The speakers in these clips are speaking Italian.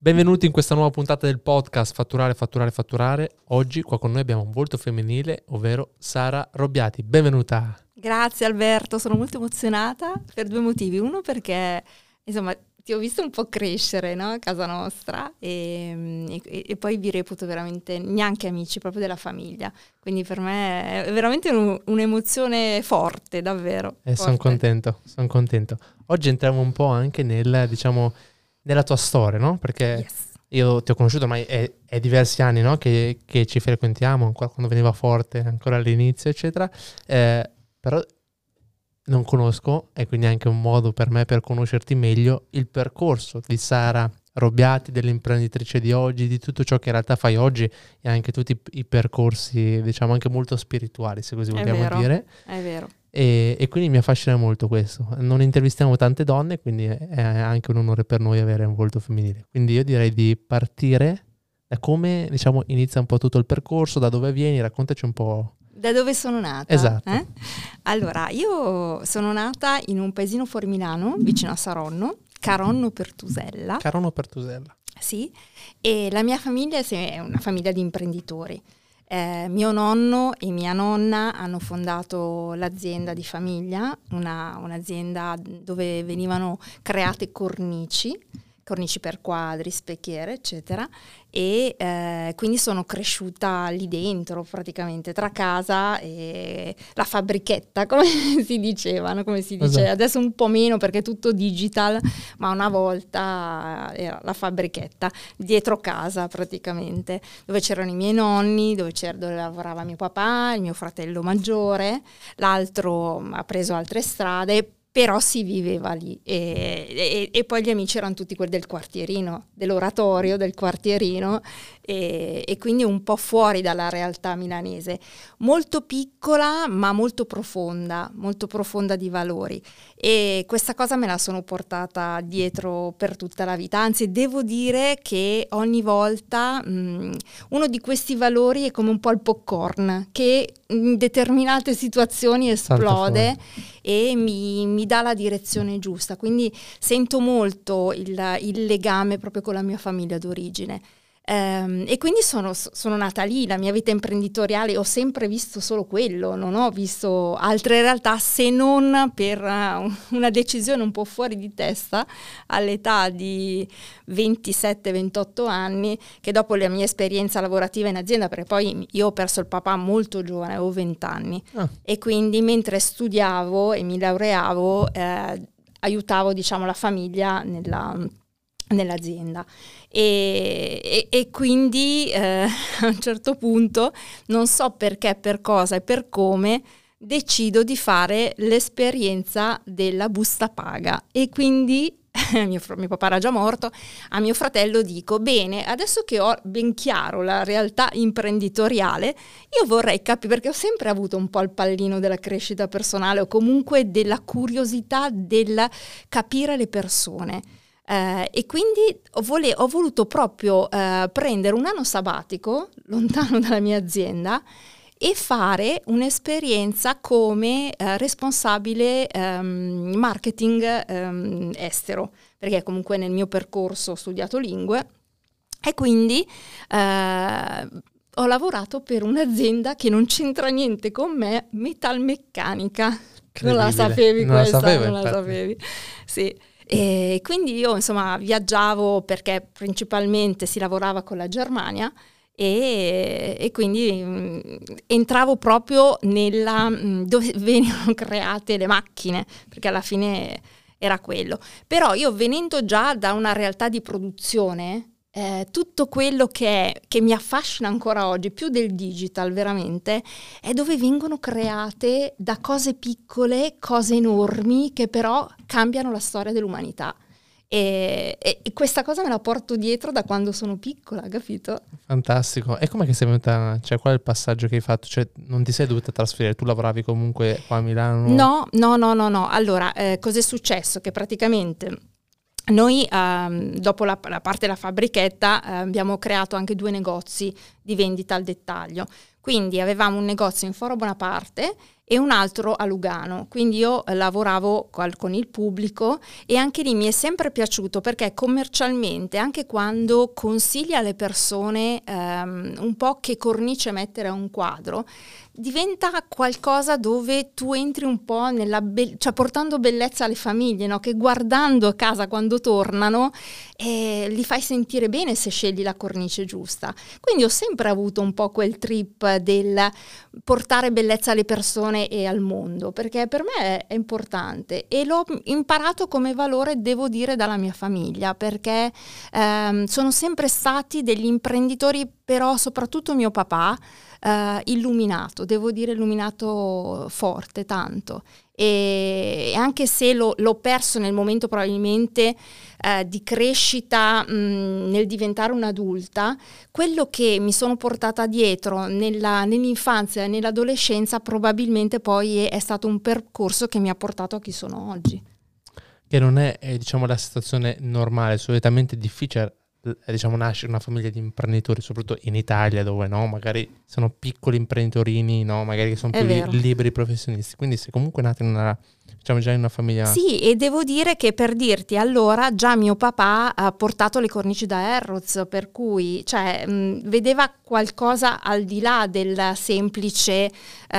Benvenuti in questa nuova puntata del podcast Fatturare, Fatturare, Fatturare. Oggi qua con noi abbiamo un volto femminile, ovvero Sara Robbiati. Benvenuta! Grazie Alberto, sono molto emozionata per due motivi. Uno perché, insomma, ti ho visto un po' crescere, no? A casa nostra e poi vi reputo veramente neanche amici, proprio della famiglia. Quindi per me è veramente un'emozione forte, davvero. Sono contento. Oggi entriamo un po' anche nella tua storia, no? Perché io ti ho conosciuto ormai è diversi anni, no? Che ci frequentiamo, ancora quando veniva forte, ancora all'inizio, eccetera. Però non conosco, e quindi è anche un modo per me per conoscerti meglio, il percorso di Sara Robbiati, dell'imprenditrice di oggi, di tutto ciò che in realtà fai oggi e anche tutti i percorsi, diciamo, anche molto spirituali, se così vogliamo dire. È vero. E quindi mi affascina molto questo. Non intervistiamo tante donne, quindi è anche un onore per noi avere un volto femminile. Quindi io direi di partire da come, diciamo, inizia un po' tutto il percorso, da dove vieni, raccontaci un po'. Da dove sono nata? Esatto. Allora, io sono nata in un paesino fuori Milano, vicino a Saronno, Caronno Pertusella. Caronno Pertusella. Sì, e la mia famiglia è una famiglia di imprenditori. Mio nonno e mia nonna hanno fondato l'azienda di famiglia, un'azienda dove venivano create cornici per quadri, specchiere, eccetera, e quindi sono cresciuta lì dentro, praticamente, tra casa e la fabbrichetta, come si dicevano, come si dice. Esatto. Adesso un po' meno perché è tutto digital, ma una volta era la fabbrichetta, dietro casa praticamente, dove c'erano i miei nonni, dove lavorava mio papà, il mio fratello maggiore, l'altro ha preso altre strade, però si viveva lì e poi gli amici erano tutti quelli del quartierino, dell'oratorio del quartierino e quindi un po' fuori dalla realtà milanese, molto piccola ma molto profonda di valori, e questa cosa me la sono portata dietro per tutta la vita. Anzi, devo dire che ogni volta uno di questi valori è come un po' il popcorn che in determinate situazioni esplode e mi dà la direzione giusta, quindi sento molto il legame proprio con la mia famiglia d'origine. E quindi sono nata lì. La mia vita imprenditoriale ho sempre visto solo quello, non ho visto altre realtà, se non per una decisione un po' fuori di testa all'età di 27-28 anni, che dopo la mia esperienza lavorativa in azienda, perché poi io ho perso il papà molto giovane, avevo 20 anni, e quindi mentre studiavo e mi laureavo aiutavo, diciamo, la famiglia nell'azienda e quindi a un certo punto, non so perché, per cosa e per come, decido di fare l'esperienza della busta paga, e quindi mio papà era già morto, a mio fratello dico: bene, adesso che ho ben chiaro la realtà imprenditoriale, io vorrei capire, perché ho sempre avuto un po' il pallino della crescita personale o comunque della curiosità del capire le persone. E quindi ho voluto proprio prendere un anno sabbatico lontano dalla mia azienda e fare un'esperienza come responsabile marketing estero, perché comunque nel mio percorso ho studiato lingue e quindi ho lavorato per un'azienda che non c'entra niente con me, metalmeccanica. Non la sapevi questa? Non la sapevi? Sì. E quindi io, insomma, viaggiavo perché principalmente si lavorava con la Germania e quindi entravo proprio dove venivano create le macchine, perché alla fine era quello. Però io, venendo già da una realtà di produzione, tutto quello che mi affascina ancora oggi, più del digital veramente, è dove vengono create da cose piccole, cose enormi che però cambiano la storia dell'umanità. E questa cosa me la porto dietro da quando sono piccola, capito? Fantastico. E com'è che sei venuta, cioè qual è il passaggio che hai fatto? Cioè non ti sei dovuta trasferire, tu lavoravi comunque qua a Milano? No. Allora, cos'è successo? Che praticamente noi dopo la parte della fabbrichetta abbiamo creato anche 2 negozi di vendita al dettaglio. Quindi avevamo un negozio in Foro Bonaparte e un altro a Lugano, quindi io lavoravo con il pubblico e anche lì mi è sempre piaciuto perché commercialmente, anche quando consigli alle persone un po' che cornice mettere a un quadro, diventa qualcosa dove tu entri un po' cioè portando bellezza alle famiglie, no? Che guardando a casa quando tornano li fai sentire bene se scegli la cornice giusta. Quindi ho sempre avuto un po' quel trip del portare bellezza alle persone e al mondo, perché per me è importante e l'ho imparato come valore, devo dire, dalla mia famiglia, perché sono sempre stati degli imprenditori, però soprattutto mio papà illuminato, devo dire illuminato forte, tanto. E anche se l'ho perso nel momento probabilmente di crescita nel diventare un'adulta, quello che mi sono portata dietro nell'infanzia e nell'adolescenza probabilmente poi è stato un percorso che mi ha portato a chi sono oggi. Che non è diciamo la situazione normale, solitamente difficile diciamo nascere una famiglia di imprenditori, soprattutto in Italia, dove no, magari sono piccoli imprenditorini, no, magari che sono più liberi professionisti. Quindi sei comunque nato in una, diciamo, già in una famiglia. Sì, e devo dire che, per dirti, allora già mio papà ha portato le cornici da Harrods, per cui cioè vedeva qualcosa al di là del semplice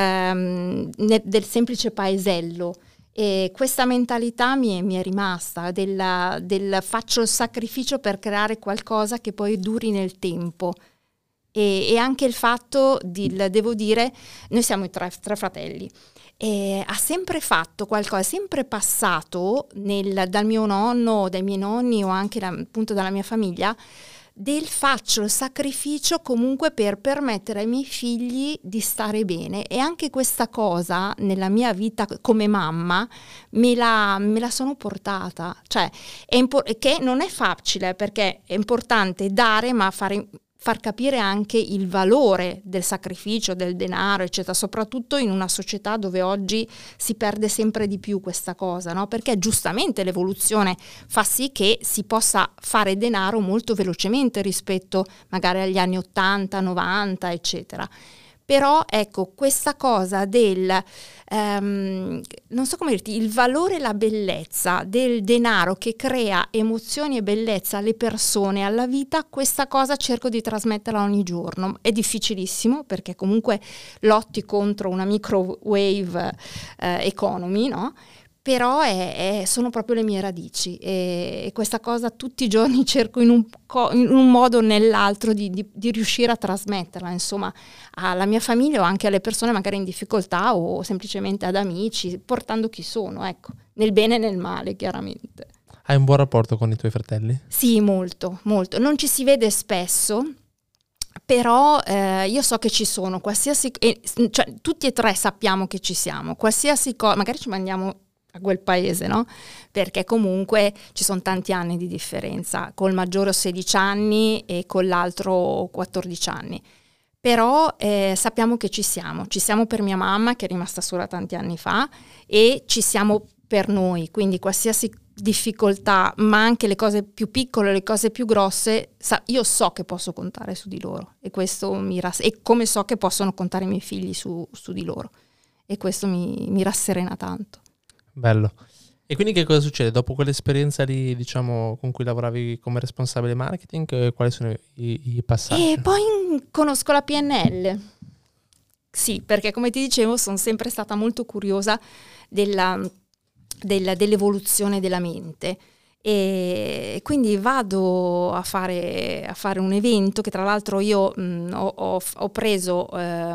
paesello. E questa mentalità mi è rimasta del faccio il sacrificio per creare qualcosa che poi duri nel tempo, e anche il fatto devo dire, noi siamo tre fratelli, e ha sempre fatto qualcosa, è sempre passato dal mio nonno, dai miei nonni o anche appunto dalla mia famiglia, del faccio il sacrificio comunque per permettere ai miei figli di stare bene. E anche questa cosa nella mia vita come mamma me la sono portata, cioè che non è facile, perché è importante dare, ma far capire anche il valore del sacrificio, del denaro, eccetera, soprattutto in una società dove oggi si perde sempre di più questa cosa, no? Perché giustamente l'evoluzione fa sì che si possa fare denaro molto velocemente rispetto magari agli anni 80, 90, eccetera. Però ecco, questa cosa non so come dirti, il valore e la bellezza del denaro che crea emozioni e bellezza alle persone, alla vita, questa cosa cerco di trasmetterla ogni giorno. È difficilissimo perché comunque lotti contro una microwave economy, no? Però sono proprio le mie radici, e questa cosa tutti i giorni cerco in un modo o nell'altro di riuscire a trasmetterla, insomma, alla mia famiglia o anche alle persone magari in difficoltà o semplicemente ad amici, portando chi sono, ecco, nel bene e nel male, chiaramente. Hai un buon rapporto con i tuoi fratelli? Sì, molto, molto. Non ci si vede spesso, però io so che ci sono, cioè tutti e tre sappiamo che ci siamo, qualsiasi cosa, magari ci mandiamo a quel paese, no? Perché comunque ci sono tanti anni di differenza, col maggiore ho 16 anni e con l'altro 14 anni. Però sappiamo che ci siamo per mia mamma che è rimasta sola tanti anni fa, e ci siamo per noi, quindi qualsiasi difficoltà, ma anche le cose più piccole, le cose più grosse, io so che posso contare su di loro, e questo e come so che possono contare i miei figli su di loro, e questo mi rasserena tanto. Bello. E quindi che cosa succede? Dopo quell'esperienza lì, diciamo, con cui lavoravi come responsabile marketing, quali sono i passaggi? E poi conosco la PNL. Sì, perché come ti dicevo sono sempre stata molto curiosa dell'evoluzione della mente. E quindi vado a fare un evento che tra l'altro io ho preso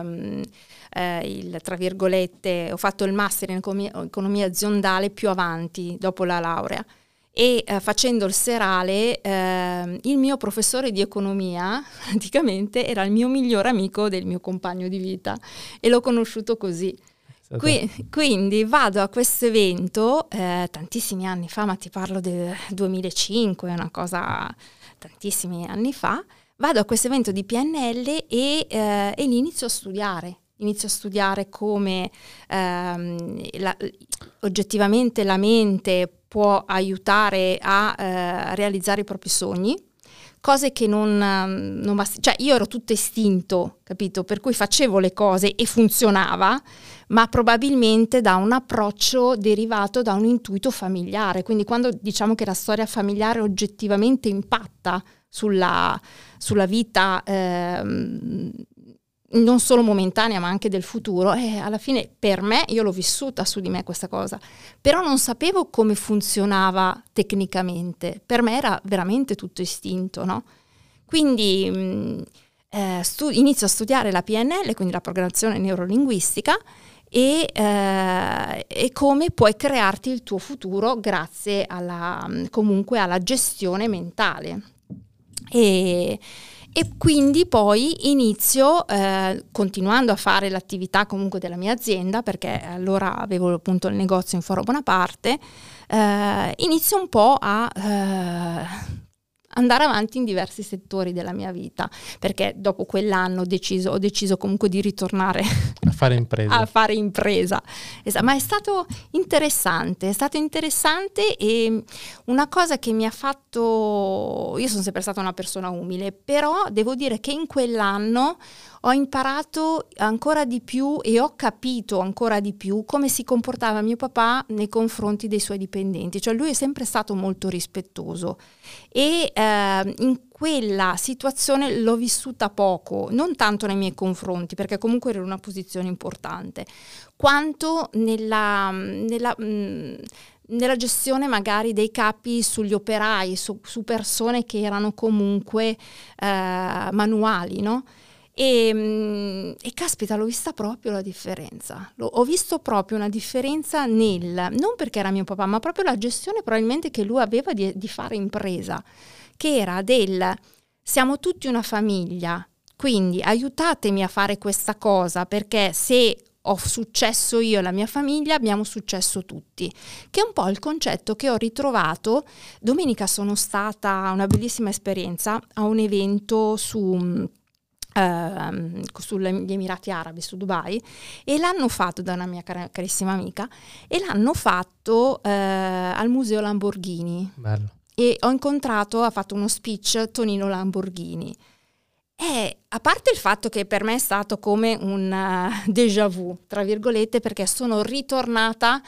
tra virgolette, ho fatto il master in economia aziendale più avanti dopo la laurea, e facendo il serale il mio professore di economia praticamente era il mio migliore amico del mio compagno di vita, e l'ho conosciuto così. Quindi vado a questo evento tantissimi anni fa, ma ti parlo del 2005, è una cosa tantissimi anni fa. Vado a questo evento di PNL e lì inizio a studiare come oggettivamente la mente può aiutare a realizzare i propri sogni, cose che cioè io ero tutto istinto, capito? Per cui facevo le cose e funzionava, ma probabilmente da un approccio derivato da un intuito familiare. Quindi quando diciamo che la storia familiare oggettivamente impatta sulla vita non solo momentanea ma anche del futuro, alla fine per me, io l'ho vissuta su di me questa cosa, però non sapevo come funzionava tecnicamente, per me era veramente tutto istinto, no? Quindi inizio a studiare la PNL, quindi la programmazione neurolinguistica, e come puoi crearti il tuo futuro grazie comunque alla gestione mentale. E quindi poi inizio, continuando a fare l'attività comunque della mia azienda, perché allora avevo appunto il negozio in Foro Bonaparte, inizio un po' a andare avanti in diversi settori della mia vita, perché dopo quell'anno ho deciso comunque di ritornare a fare impresa. Ma è stato interessante e una cosa che mi ha fatto, io sono sempre stata una persona umile, però devo dire che in quell'anno ho imparato ancora di più e ho capito ancora di più come si comportava mio papà nei confronti dei suoi dipendenti. Cioè lui è sempre stato molto rispettoso e in quella situazione l'ho vissuta poco, non tanto nei miei confronti, perché comunque ero in una posizione importante, quanto nella gestione magari dei capi sugli operai, su persone che erano comunque manuali, no? E caspita, l'ho vista proprio la differenza. Ho visto proprio una differenza non perché era mio papà, ma proprio la gestione probabilmente che lui aveva di fare impresa, che era siamo tutti una famiglia, quindi aiutatemi a fare questa cosa, perché se ho successo io e la mia famiglia, abbiamo successo tutti, che è un po' il concetto che ho ritrovato. Domenica sono stata, una bellissima esperienza, a un evento sugli Emirati Arabi, su Dubai, e l'hanno fatto da una mia carissima amica, e l'hanno fatto al Museo Lamborghini. Bello. E ha fatto uno speech Tonino Lamborghini. E a parte il fatto che per me è stato come un déjà vu, tra virgolette, perché sono ritornata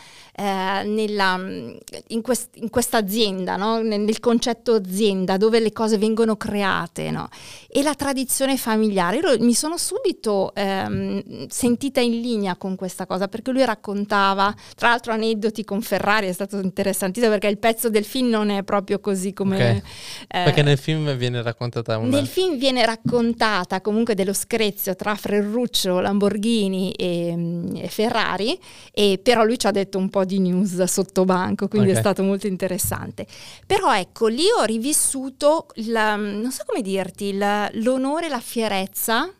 in questa azienda, no? Nel concetto azienda, dove le cose vengono create, no? E la tradizione familiare. Io mi sono subito sentita in linea con questa cosa, perché lui raccontava, tra l'altro, aneddoti con Ferrari. È stato interessantissimo, perché il pezzo del film non è proprio così come... Okay. Perché nel film viene raccontata Nel film viene raccontata comunque dello screzio tra Ferruccio, Lamborghini e Ferrari, e però lui ci ha detto un po' di news sotto banco, quindi è stato molto interessante. Però ecco, lì ho rivissuto non so come dirti, l'onore e la fierezza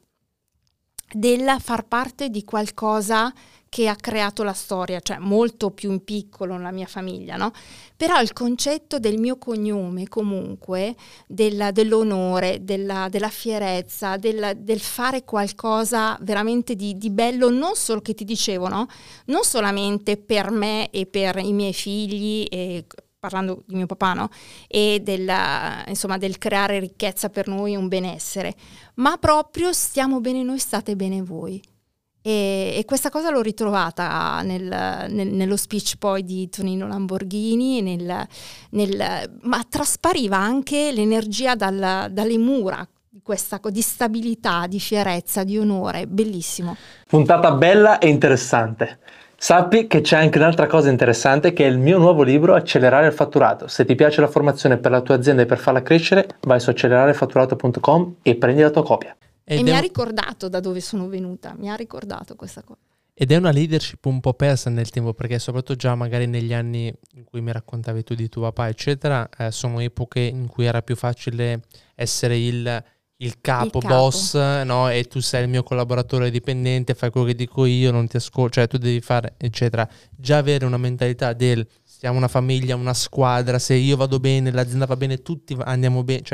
del far parte di qualcosa che ha creato la storia, cioè molto più in piccolo nella mia famiglia, no? Però il concetto del mio cognome comunque, dell'onore, della fierezza, del fare qualcosa veramente di bello, non solo, che ti dicevo, no? Non solamente per me e per i miei figli, e parlando di mio papà, no? E insomma, del creare ricchezza per noi e un benessere, ma proprio stiamo bene noi, state bene voi. E questa cosa l'ho ritrovata nello speech poi di Tonino Lamborghini, ma traspariva anche l'energia dalle mura di stabilità, di fierezza, di onore. Bellissimo. Puntata bella e interessante. Sappi che c'è anche un'altra cosa interessante, che è il mio nuovo libro Accelerare il fatturato. Se ti piace la formazione per la tua azienda e per farla crescere, vai su accelerareilfatturato.com e prendi la tua copia. E mi ha ricordato da dove sono venuta, mi ha ricordato questa cosa. Ed è una leadership un po' persa nel tempo, perché soprattutto già magari negli anni in cui mi raccontavi tu di tuo papà, eccetera, sono epoche in cui era più facile essere il capo, boss, no? E tu sei il mio collaboratore dipendente, fai quello che dico io, non ti ascolto, cioè tu devi fare, eccetera. Già avere una mentalità siamo una famiglia, una squadra, se io vado bene, l'azienda va bene, tutti andiamo bene, cioè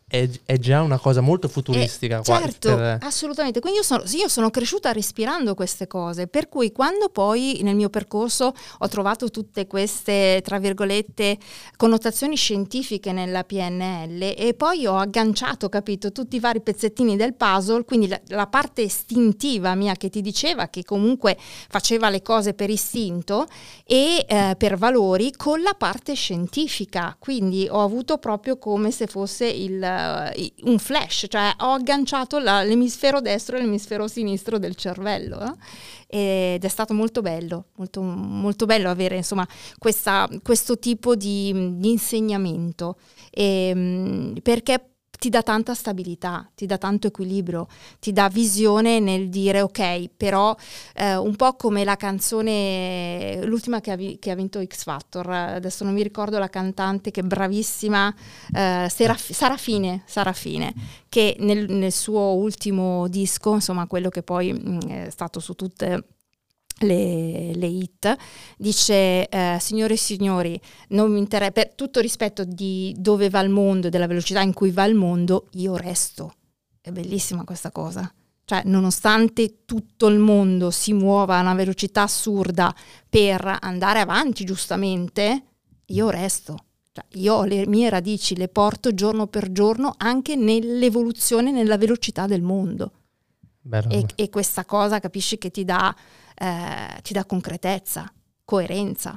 è già una cosa molto futuristica. Certo, assolutamente. Quindi io sono cresciuta respirando queste cose, per cui quando poi nel mio percorso ho trovato tutte queste, tra virgolette, connotazioni scientifiche nella PNL e poi ho agganciato, capito, tutti i vari pezzettini del puzzle, quindi la parte istintiva mia che ti diceva che comunque faceva le cose per istinto e per valori, con la parte scientifica, quindi ho avuto proprio come se fosse un flash, cioè ho agganciato l'emisfero destro e l'emisfero sinistro del cervello, ed è stato molto bello, molto, molto bello avere insomma questo tipo di insegnamento, perché ti dà tanta stabilità, ti dà tanto equilibrio, ti dà visione nel dire ok, però un po' come la canzone, l'ultima che ha vinto X Factor, adesso non mi ricordo la cantante che è bravissima, Sarafine, che nel suo ultimo disco, insomma quello che poi è stato su tutte le hit, dice signore e signori, non mi interessa, per tutto rispetto di dove va il mondo, della velocità in cui va il mondo, io resto. È bellissima questa cosa, cioè nonostante tutto il mondo si muova a una velocità assurda per andare avanti giustamente, io resto. Cioè, io ho le mie radici, le porto giorno per giorno anche nell'evoluzione, nella velocità del mondo. E questa cosa capisci che ti dà concretezza, coerenza.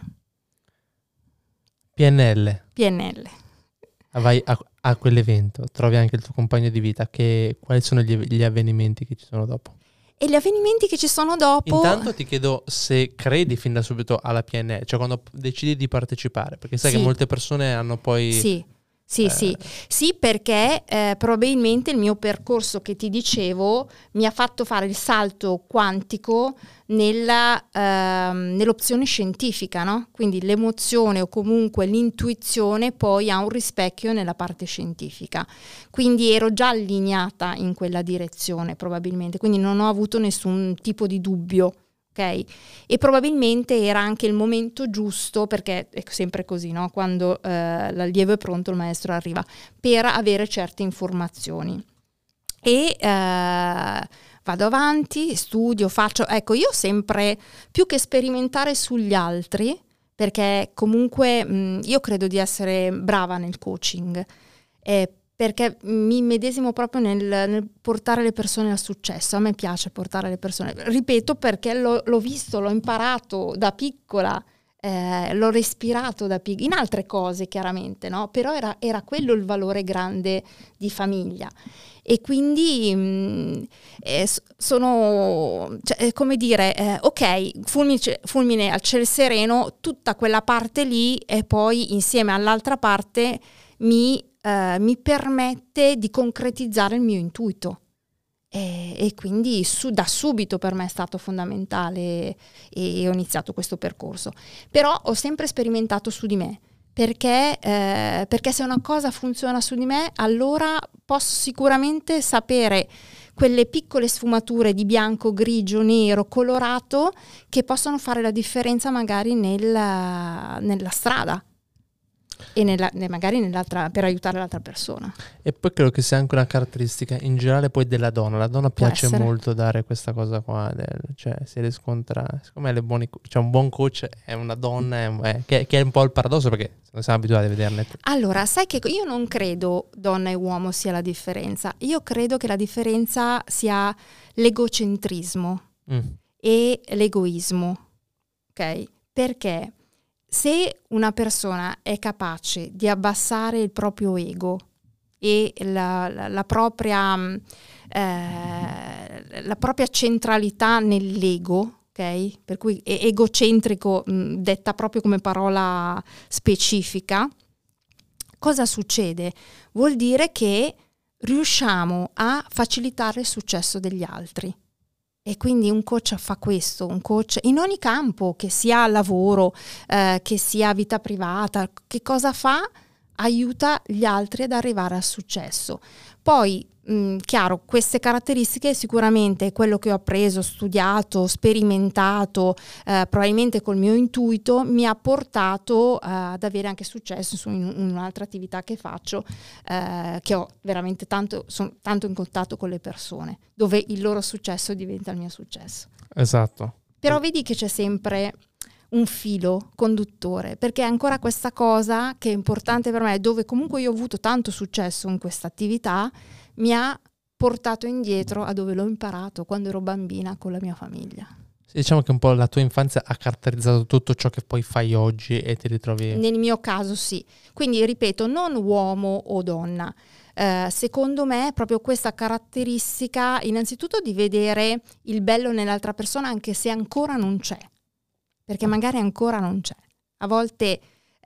PNL. Vai a quell'evento, trovi anche il tuo compagno di vita. Quali sono gli avvenimenti che ci sono dopo? E gli avvenimenti che ci sono dopo... Intanto ti chiedo se credi fin da subito alla PNL, cioè quando decidi di partecipare, perché sai che molte persone hanno poi... Sì, perché probabilmente il mio percorso che ti dicevo mi ha fatto fare il salto quantico nell'opzione scientifica, no? Quindi l'emozione o comunque l'intuizione poi ha un rispecchio nella parte scientifica. Quindi ero già allineata in quella direzione probabilmente, quindi non ho avuto nessun tipo di dubbio. Okay. E probabilmente era anche il momento giusto, perché è sempre così, no? Quando l'allievo è pronto il maestro arriva, per avere certe informazioni. E vado avanti, studio, faccio... Ecco, io sempre, più che sperimentare sugli altri, perché comunque io credo di essere brava nel coaching, perché mi medesimo proprio nel portare le persone al successo. A me piace portare le persone, ripeto, perché l'ho visto, l'ho imparato da piccola, l'ho respirato da piccola, in altre cose chiaramente, no? Però era quello il valore grande di famiglia. E quindi sono, cioè, come dire, ok, fulmine al ciel sereno, tutta quella parte lì, e poi insieme all'altra parte mi permette di concretizzare il mio intuito, e quindi da subito per me è stato fondamentale, e ho iniziato questo percorso. Però ho sempre sperimentato su di me, perché se una cosa funziona su di me, allora posso sicuramente sapere quelle piccole sfumature di bianco, grigio, nero, colorato, che possono fare la differenza magari nella strada e magari nell'altra, per aiutare l'altra persona. E poi credo che sia anche una caratteristica in generale poi della donna. La donna piace molto dare questa cosa qua, cioè si riscontra, secondo me cioè un buon coach è una donna, che è un po' il paradosso, perché non siamo abituati a vederne. Allora, sai che io non credo donna e uomo sia la differenza. Io credo che la differenza sia l'egocentrismo e l'egoismo, ok? Perché se una persona è capace di abbassare il proprio ego e la propria centralità nell'ego, ok? Per cui egocentrico, detta proprio come parola specifica, cosa succede? Vuol dire che riusciamo a facilitare il successo degli altri. E quindi un coach fa questo, un coach in ogni campo, che sia lavoro, che sia vita privata, che cosa fa? Aiuta gli altri ad arrivare al successo. Poi chiaro, queste caratteristiche sicuramente quello che ho appreso, studiato, sperimentato, probabilmente col mio intuito mi ha portato ad avere anche successo in un'altra attività che faccio, che ho veramente sono tanto in contatto con le persone, dove il loro successo diventa il mio successo. Esatto. Però vedi che c'è sempre un filo conduttore, perché è ancora questa cosa che è importante per me, dove comunque io ho avuto tanto successo in questa attività, mi ha portato indietro a dove l'ho imparato quando ero bambina con la mia famiglia. Diciamo che un po' la tua infanzia ha caratterizzato tutto ciò che poi fai oggi e ti ritrovi... Nel mio caso sì. Quindi ripeto, non uomo o donna. Secondo me proprio questa caratteristica, innanzitutto di vedere il bello nell'altra persona anche se ancora non c'è, perché magari ancora non c'è. A volte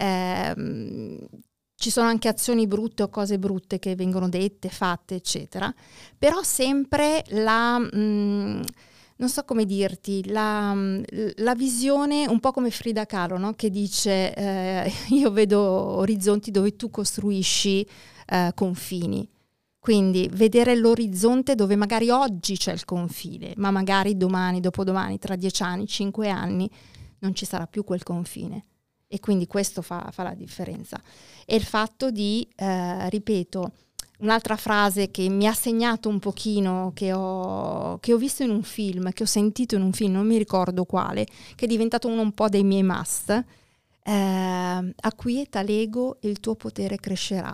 ci sono anche azioni brutte o cose brutte che vengono dette, fatte, eccetera, però sempre non so come dirti, la visione un po' come Frida Kahlo, no? Che dice io vedo orizzonti dove tu costruisci confini. Quindi vedere l'orizzonte dove magari oggi c'è il confine, ma magari domani, dopodomani, tra 10 anni, 5 anni, non ci sarà più quel confine. E quindi questo fa la differenza. E il fatto di, ripeto, un'altra frase che mi ha segnato un pochino, che ho visto in un film, che ho sentito in un film, non mi ricordo quale, che è diventato un po' dei miei must, acquieta l'ego e il tuo potere crescerà.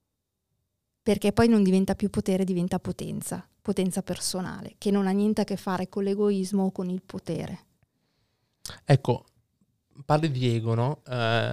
Perché poi non diventa più potere, diventa potenza personale, che non ha niente a che fare con l'egoismo o con il potere. Ecco, parli di ego, no?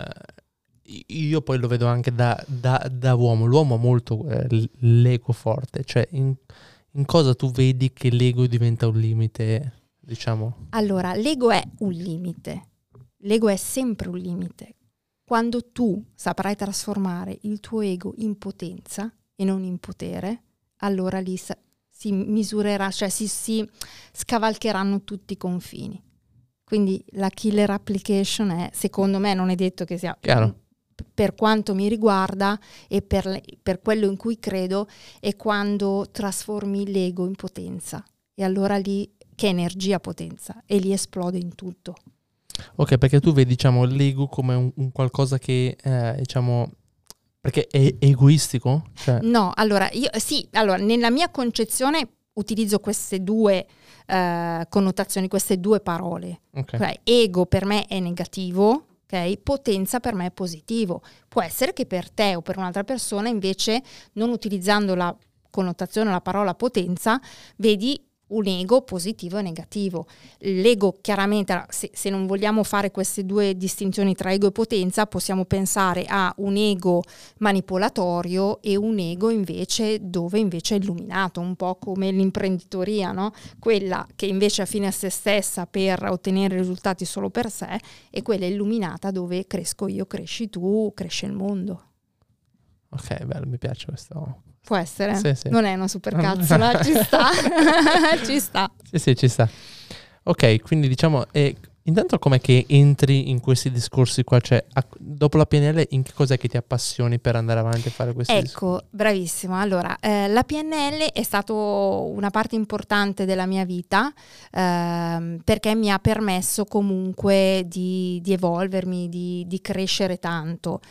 Io poi lo vedo anche da uomo. L'uomo ha molto l'ego forte. Cioè, in cosa tu vedi che l'ego diventa un limite, diciamo? Allora, l'ego è un limite. L'ego è sempre un limite. Quando tu saprai trasformare il tuo ego in potenza e non in potere, allora lì si misurerà, cioè si scavalcheranno tutti i confini. Quindi la killer application è, secondo me, non è detto che sia, chiaro, per quanto mi riguarda e per quello in cui credo, è quando trasformi l'ego in potenza. E allora lì, che energia potenza, e lì esplode in tutto. Ok, perché tu vedi, diciamo, l'ego come un qualcosa che, diciamo, perché è egoistico? Cioè... No, allora, nella mia concezione utilizzo queste due connotazioni, queste due parole. Okay. Cioè, ego per me è negativo, ok? Potenza per me è positivo. Può essere che per te o per un'altra persona invece, non utilizzando la connotazione, la parola potenza, vedi un ego positivo e negativo. L'ego chiaramente, se non vogliamo fare queste due distinzioni tra ego e potenza, possiamo pensare a un ego manipolatorio e un ego invece dove invece è illuminato, un po' come l'imprenditoria, no? Quella che invece è fine a se stessa per ottenere risultati solo per sé, e quella illuminata dove cresco io, cresci tu, cresce il mondo. Ok, bello, mi piace questo. Può essere? Sì. Non è una supercazzola, ci sta. Ci sta. Sì, ci sta. Ok, quindi diciamo, intanto com'è che entri in questi discorsi qua? Cioè, dopo la PNL, in che cos'è che ti appassioni per andare avanti a fare questi discorsi? Ecco, bravissimo. Allora, la PNL è stato una parte importante della mia vita, perché mi ha permesso comunque di evolvermi, di crescere tanto.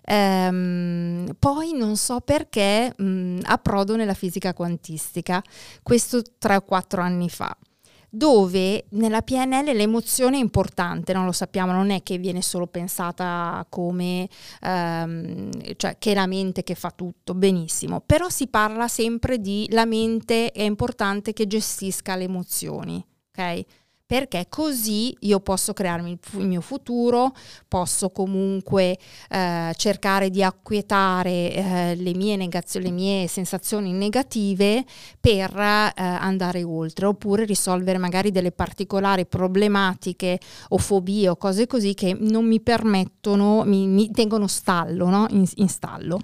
Poi non so perché approdo nella fisica quantistica, questo 3 o 4 anni fa, dove nella PNL l'emozione è importante, non lo sappiamo, non è che viene solo pensata come cioè che è la mente che fa tutto, benissimo, però si parla sempre di la mente è importante che gestisca le emozioni, ok? Perché così io posso crearmi il mio futuro, posso comunque cercare di acquietare le mie sensazioni negative per andare oltre, oppure risolvere magari delle particolari problematiche o fobie o cose così che non mi permettono, mi tengono stallo, no? in stallo.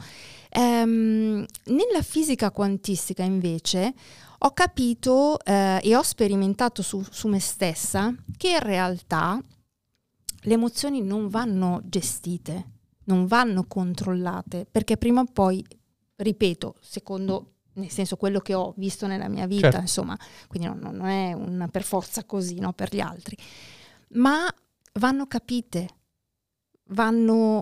Nella fisica quantistica invece ho capito e ho sperimentato su me stessa che in realtà le emozioni non vanno gestite, non vanno controllate, perché prima o poi, ripeto, secondo nel senso quello che ho visto nella mia vita, certo. insomma, quindi non è una per forza così, no, per gli altri, ma vanno capite, vanno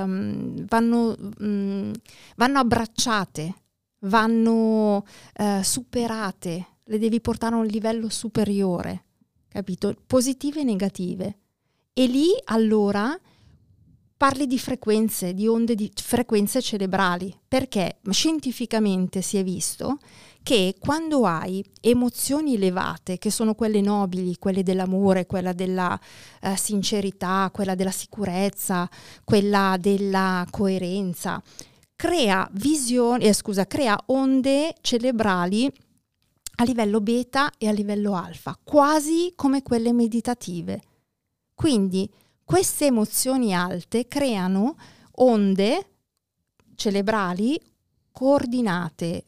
abbracciate, vanno superate, le devi portare a un livello superiore, capito? Positive e negative. E lì allora parli di frequenze, di onde di frequenze cerebrali, perché scientificamente si è visto che quando hai emozioni elevate, che sono quelle nobili, quelle dell'amore, quella della sincerità, quella della sicurezza, quella della coerenza, crea crea onde cerebrali a livello beta e a livello alfa, quasi come quelle meditative. Quindi queste emozioni alte creano onde cerebrali coordinate,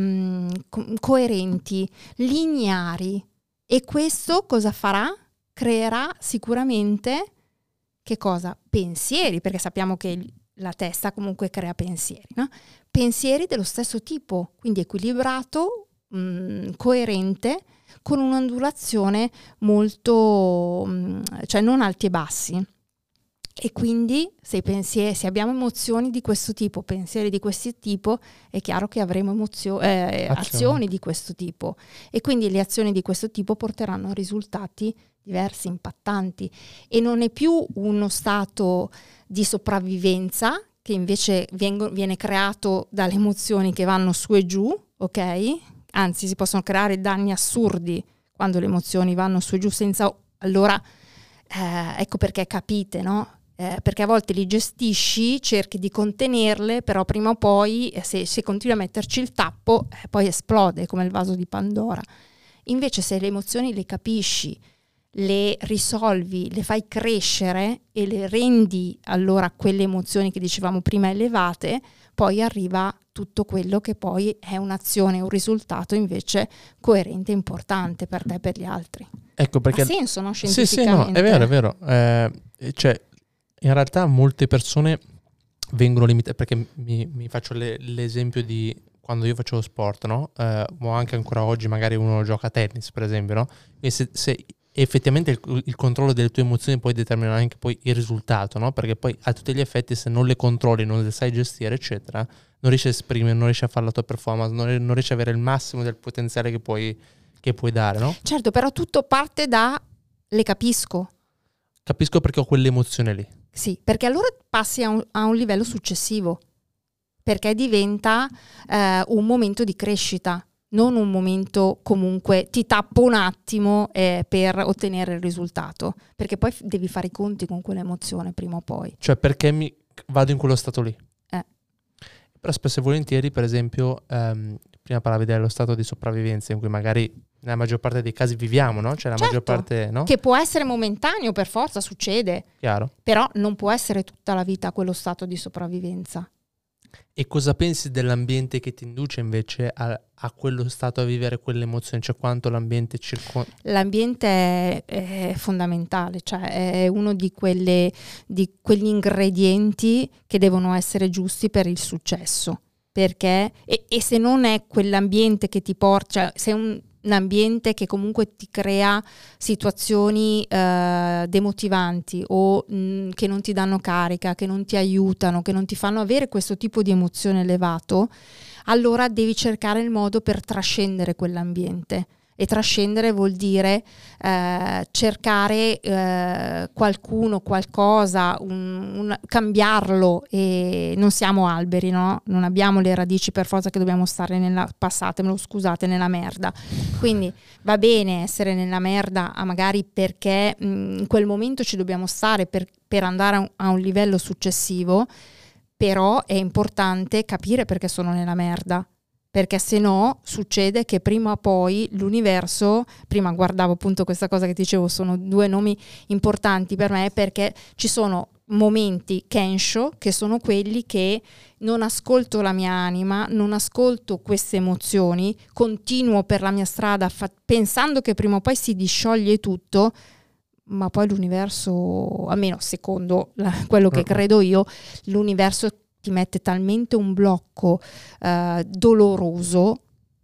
coerenti, lineari, e questo cosa farà? Creerà sicuramente che cosa? Pensieri, perché sappiamo che la testa comunque crea pensieri, no? Pensieri dello stesso tipo, quindi equilibrato, coerente, con un'ondulazione molto, cioè non alti e bassi. E quindi se abbiamo emozioni di questo tipo, pensieri di questo tipo, è chiaro che avremo azioni di questo tipo, e quindi le azioni di questo tipo porteranno a risultati diversi, impattanti, e non è più uno stato di sopravvivenza che invece viene creato dalle emozioni che vanno su e giù, ok? Anzi, si possono creare danni assurdi quando le emozioni vanno su e giù senza... Allora, ecco perché capite, no? Perché a volte li gestisci, cerchi di contenerle, però prima o poi, se continui a metterci il tappo, poi esplode come il vaso di Pandora. Invece se le emozioni le capisci, le risolvi, le fai crescere e le rendi allora quelle emozioni che dicevamo prima elevate, poi arriva tutto quello che poi è un'azione, un risultato invece coerente e importante per te e per gli altri. Ecco perché... Ha senso, no? Sì, Scientificamente. no, è vero. Cioè, in realtà molte persone vengono limitate, perché mi faccio l'esempio di quando io facevo sport, no? O anche ancora oggi magari uno gioca a tennis, per esempio, no? E se effettivamente il controllo delle tue emozioni poi determina anche poi il risultato, no? Perché poi a tutti gli effetti, se non le controlli, non le sai gestire, eccetera, non riesci a esprimere, non riesci a fare la tua performance, non riesci a avere il massimo del potenziale che puoi dare, no? Certo, però tutto parte da le capisco. Capisco perché ho quell'emozione lì. Sì, perché allora passi a un livello successivo, perché diventa un momento di crescita, non un momento comunque ti tappo un attimo per ottenere il risultato, perché poi devi fare i conti con quell'emozione prima o poi. Cioè perché vado in quello stato lì. Però spesso e volentieri, per esempio, prima parlavi dello stato di sopravvivenza in cui magari nella maggior parte dei casi viviamo, no? Cioè la maggior parte, no? Che può essere momentaneo, per forza, succede. Chiaro. Però non può essere tutta la vita quello stato di sopravvivenza. E cosa pensi dell'ambiente che ti induce invece a quello stato, a vivere quell'emozione? Cioè quanto l'ambiente L'ambiente è fondamentale, cioè è uno di quegli ingredienti che devono essere giusti per il successo. Perché, e se non è quell'ambiente che ti porta, cioè se è un ambiente che comunque ti crea situazioni demotivanti o che non ti danno carica, che non ti aiutano, che non ti fanno avere questo tipo di emozione elevato, allora devi cercare il modo per trascendere quell'ambiente. E trascendere vuol dire cercare qualcuno, qualcosa, cambiarlo, e non siamo alberi, no? Non abbiamo le radici per forza che dobbiamo stare nella merda. Quindi va bene essere nella merda, magari perché in quel momento ci dobbiamo stare per andare a un livello successivo, però è importante capire perché sono nella merda. Perché se no succede che prima o poi l'universo, prima guardavo appunto questa cosa che ti dicevo, sono due nomi importanti per me, perché ci sono momenti Kensho che sono quelli che non ascolto la mia anima, non ascolto queste emozioni, continuo per la mia strada pensando che prima o poi si discioglie tutto, ma poi l'universo, almeno secondo quello che credo io, l'universo ti mette talmente un blocco doloroso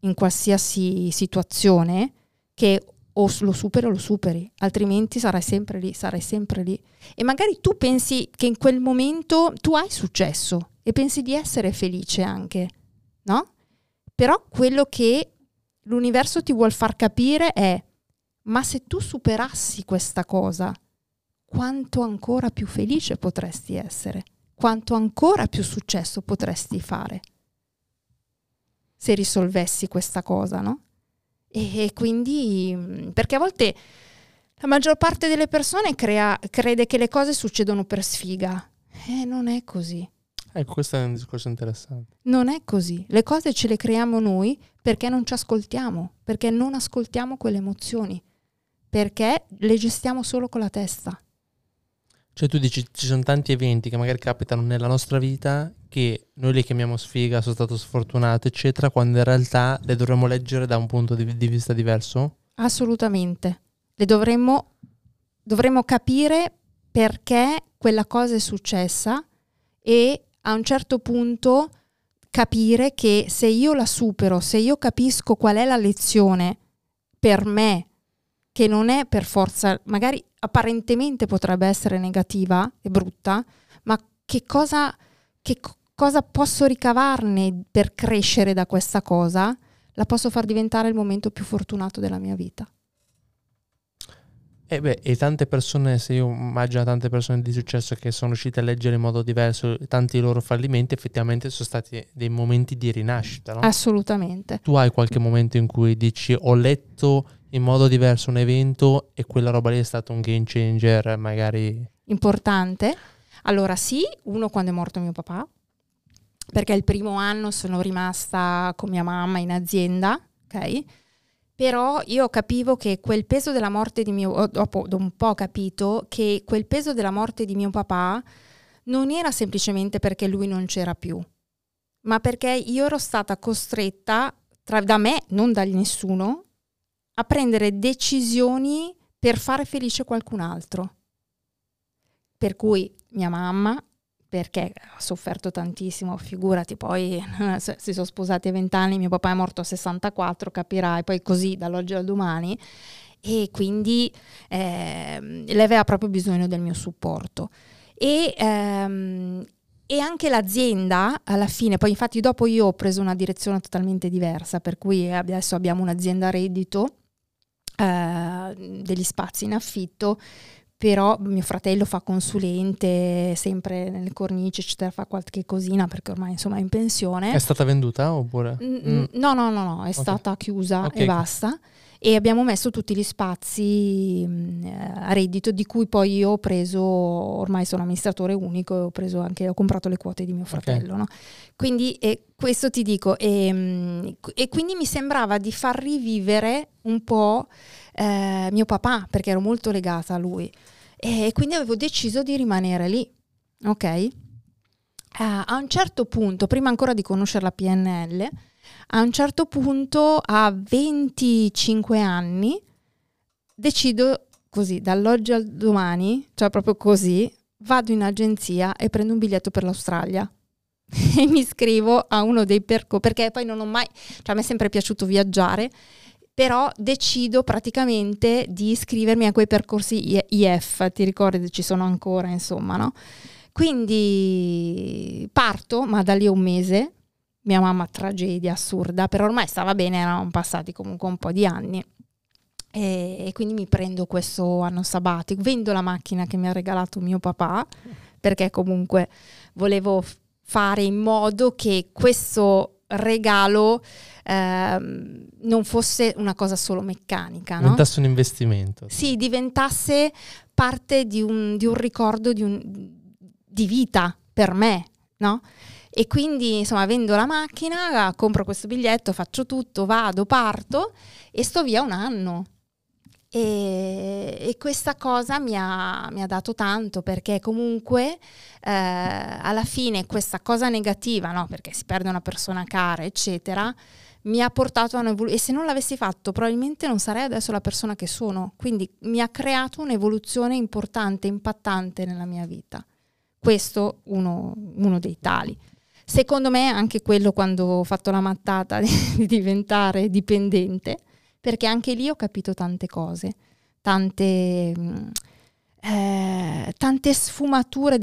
in qualsiasi situazione che o lo superi o lo superi, altrimenti sarai sempre lì. E magari tu pensi che in quel momento tu hai successo e pensi di essere felice anche, no? Però quello che l'universo ti vuol far capire è: ma se tu superassi questa cosa, quanto ancora più felice potresti essere? Quanto ancora più successo potresti fare se risolvessi questa cosa, no? E quindi, perché a volte la maggior parte delle persone crede che le cose succedono per sfiga. Non è così. Ecco, questo è un discorso interessante. Non è così. Le cose ce le creiamo noi perché non ci ascoltiamo, perché non ascoltiamo quelle emozioni, perché le gestiamo solo con la testa. Cioè tu dici, ci sono tanti eventi che magari capitano nella nostra vita che noi li chiamiamo sfiga, sono stato sfortunato, eccetera, quando in realtà le dovremmo leggere da un punto di vista diverso? Assolutamente. Le dovremmo capire perché quella cosa è successa e a un certo punto capire che se io la supero, se io capisco qual è la lezione per me, che non è per forza, magari apparentemente potrebbe essere negativa e brutta, ma che cosa posso ricavarne per crescere da questa cosa, la posso far diventare il momento più fortunato della mia vita. E tante persone, se io immagino tante persone di successo che sono riuscite a leggere in modo diverso tanti loro fallimenti, effettivamente sono stati dei momenti di rinascita, no? Assolutamente. Tu hai qualche momento in cui dici ho letto in modo diverso un evento e quella roba lì è stato un game changer magari importante? Allora sì, uno quando è morto mio papà, perché il primo anno sono rimasta con mia mamma in azienda, ok? Però io capivo che quel peso della morte di dopo un po' ho capito che quel peso della morte di mio papà non era semplicemente perché lui non c'era più, ma perché io ero stata costretta, da me, non da nessuno, a prendere decisioni per fare felice qualcun altro. Per cui mia mamma, perché ha sofferto tantissimo, figurati, poi si sono sposati a 20 anni, mio papà è morto a 64, capirai, poi così dall'oggi al domani, e quindi lei aveva proprio bisogno del mio supporto. E anche l'azienda alla fine, poi infatti dopo io ho preso una direzione totalmente diversa, per cui adesso abbiamo un'azienda a reddito, degli spazi in affitto, però mio fratello fa consulente sempre nelle cornici, eccetera, fa qualche cosina perché ormai insomma è in pensione. È stata venduta oppure? No, è stata chiusa e basta. E abbiamo messo tutti gli spazi a reddito, di cui poi io ho preso, ormai sono amministratore unico, ho comprato le quote di mio fratello, no? Quindi questo ti dico, e quindi mi sembrava di far rivivere un po' mio papà, perché ero molto legata a lui, e quindi avevo deciso di rimanere lì, ok? A un certo punto, prima ancora di conoscere la PNL, a un certo punto, a 25 anni, decido così, dall'oggi al domani, cioè proprio così, vado in agenzia e prendo un biglietto per l'Australia e mi iscrivo a uno dei percorsi, perché poi non ho mai, cioè a me è sempre piaciuto viaggiare, però decido praticamente di iscrivermi a quei percorsi IF, ti ricordi, ci sono ancora, insomma, no? Quindi parto, ma da lì a un mese, mia mamma tragedia assurda, però ormai stava bene, erano passati comunque un po' di anni, e quindi mi prendo questo anno sabbatico, vendo la macchina che mi ha regalato mio papà, perché comunque volevo fare in modo che questo regalo non fosse una cosa solo meccanica, no? Diventasse un investimento. Sì, diventasse parte di un ricordo di vita per me, no? E quindi insomma vendo la macchina, compro questo biglietto, faccio tutto, vado, parto e sto via un anno. E questa cosa mi ha dato tanto, perché comunque alla fine questa cosa negativa, no? Perché si perde una persona cara, eccetera, mi ha portato a un'evoluzione, e se non l'avessi fatto probabilmente non sarei adesso la persona che sono, quindi mi ha creato un'evoluzione importante, impattante nella mia vita. Questo uno dei tali. Secondo me anche quello, quando ho fatto la mattata di diventare dipendente, perché anche lì ho capito tante cose, tante sfumature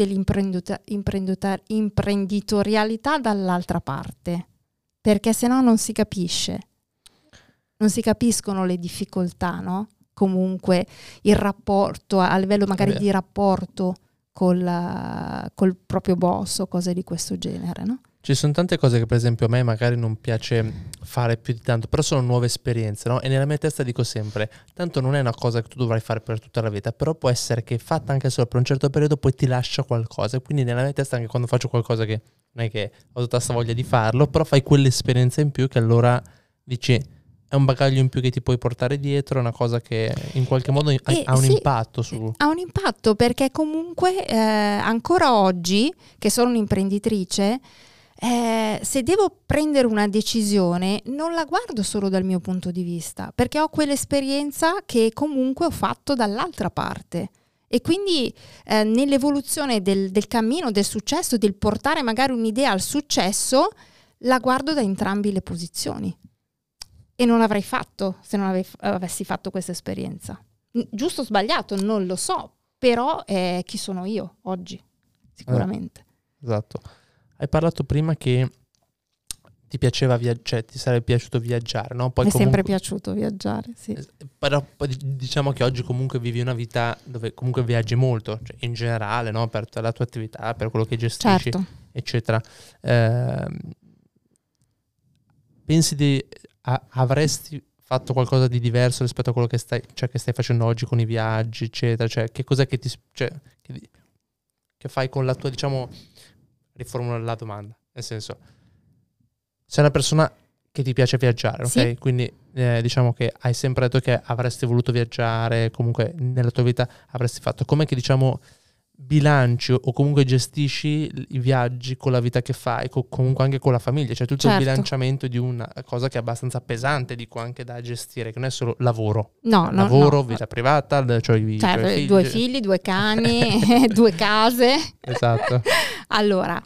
dell'imprenditorialità dall'altra parte, perché se no non si capisce, non si capiscono le difficoltà, no? Comunque il rapporto, a livello magari di rapporto col proprio boss o cose di questo genere, no? Ci sono tante cose che per esempio a me magari non piace fare più di tanto, però sono nuove esperienze, no? E nella mia testa dico sempre, tanto non è una cosa che tu dovrai fare per tutta la vita, però può essere che fatta anche solo per un certo periodo poi ti lascia qualcosa, e quindi nella mia testa anche quando faccio qualcosa che non è che ho tutta questa voglia di farlo, però fai quell'esperienza in più che allora dici è un bagaglio in più che ti puoi portare dietro, è una cosa che in qualche modo ha un impatto su... Ha un impatto, perché comunque ancora oggi, che sono un'imprenditrice, se devo prendere una decisione non la guardo solo dal mio punto di vista, perché ho quell'esperienza che comunque ho fatto dall'altra parte. E quindi nell'evoluzione del cammino, del successo, del portare magari un'idea al successo, la guardo da entrambe le posizioni. E non l'avrei fatto se non avessi fatto questa esperienza. Giusto o sbagliato, non lo so, però chi sono io oggi, sicuramente. Esatto. Hai parlato prima che ti piaceva cioè ti sarebbe piaciuto viaggiare, no? Poi Mi è sempre piaciuto viaggiare, sì. Però diciamo che oggi comunque vivi una vita dove comunque viaggi molto, cioè in generale, no? Per la tua attività, per quello che gestisci, certo, eccetera. Pensi avresti fatto qualcosa di diverso rispetto a quello che stai facendo oggi con i viaggi, eccetera? Cioè, che cos'è che che fai con la tua, diciamo, riformulo la domanda, nel senso, sei una persona che ti piace viaggiare, ok? Sì. Quindi diciamo che hai sempre detto che avresti voluto viaggiare, comunque nella tua vita avresti fatto. Com'è che, diciamo, bilanci o comunque gestisci i viaggi con la vita che fai, comunque anche con la famiglia, cioè tutto il bilanciamento di una cosa che è abbastanza pesante, dico, anche da gestire, che non è solo lavoro, vita privata, cioè certo, figli, 2 figli, 2 cani, 2 case. Esatto. Allora,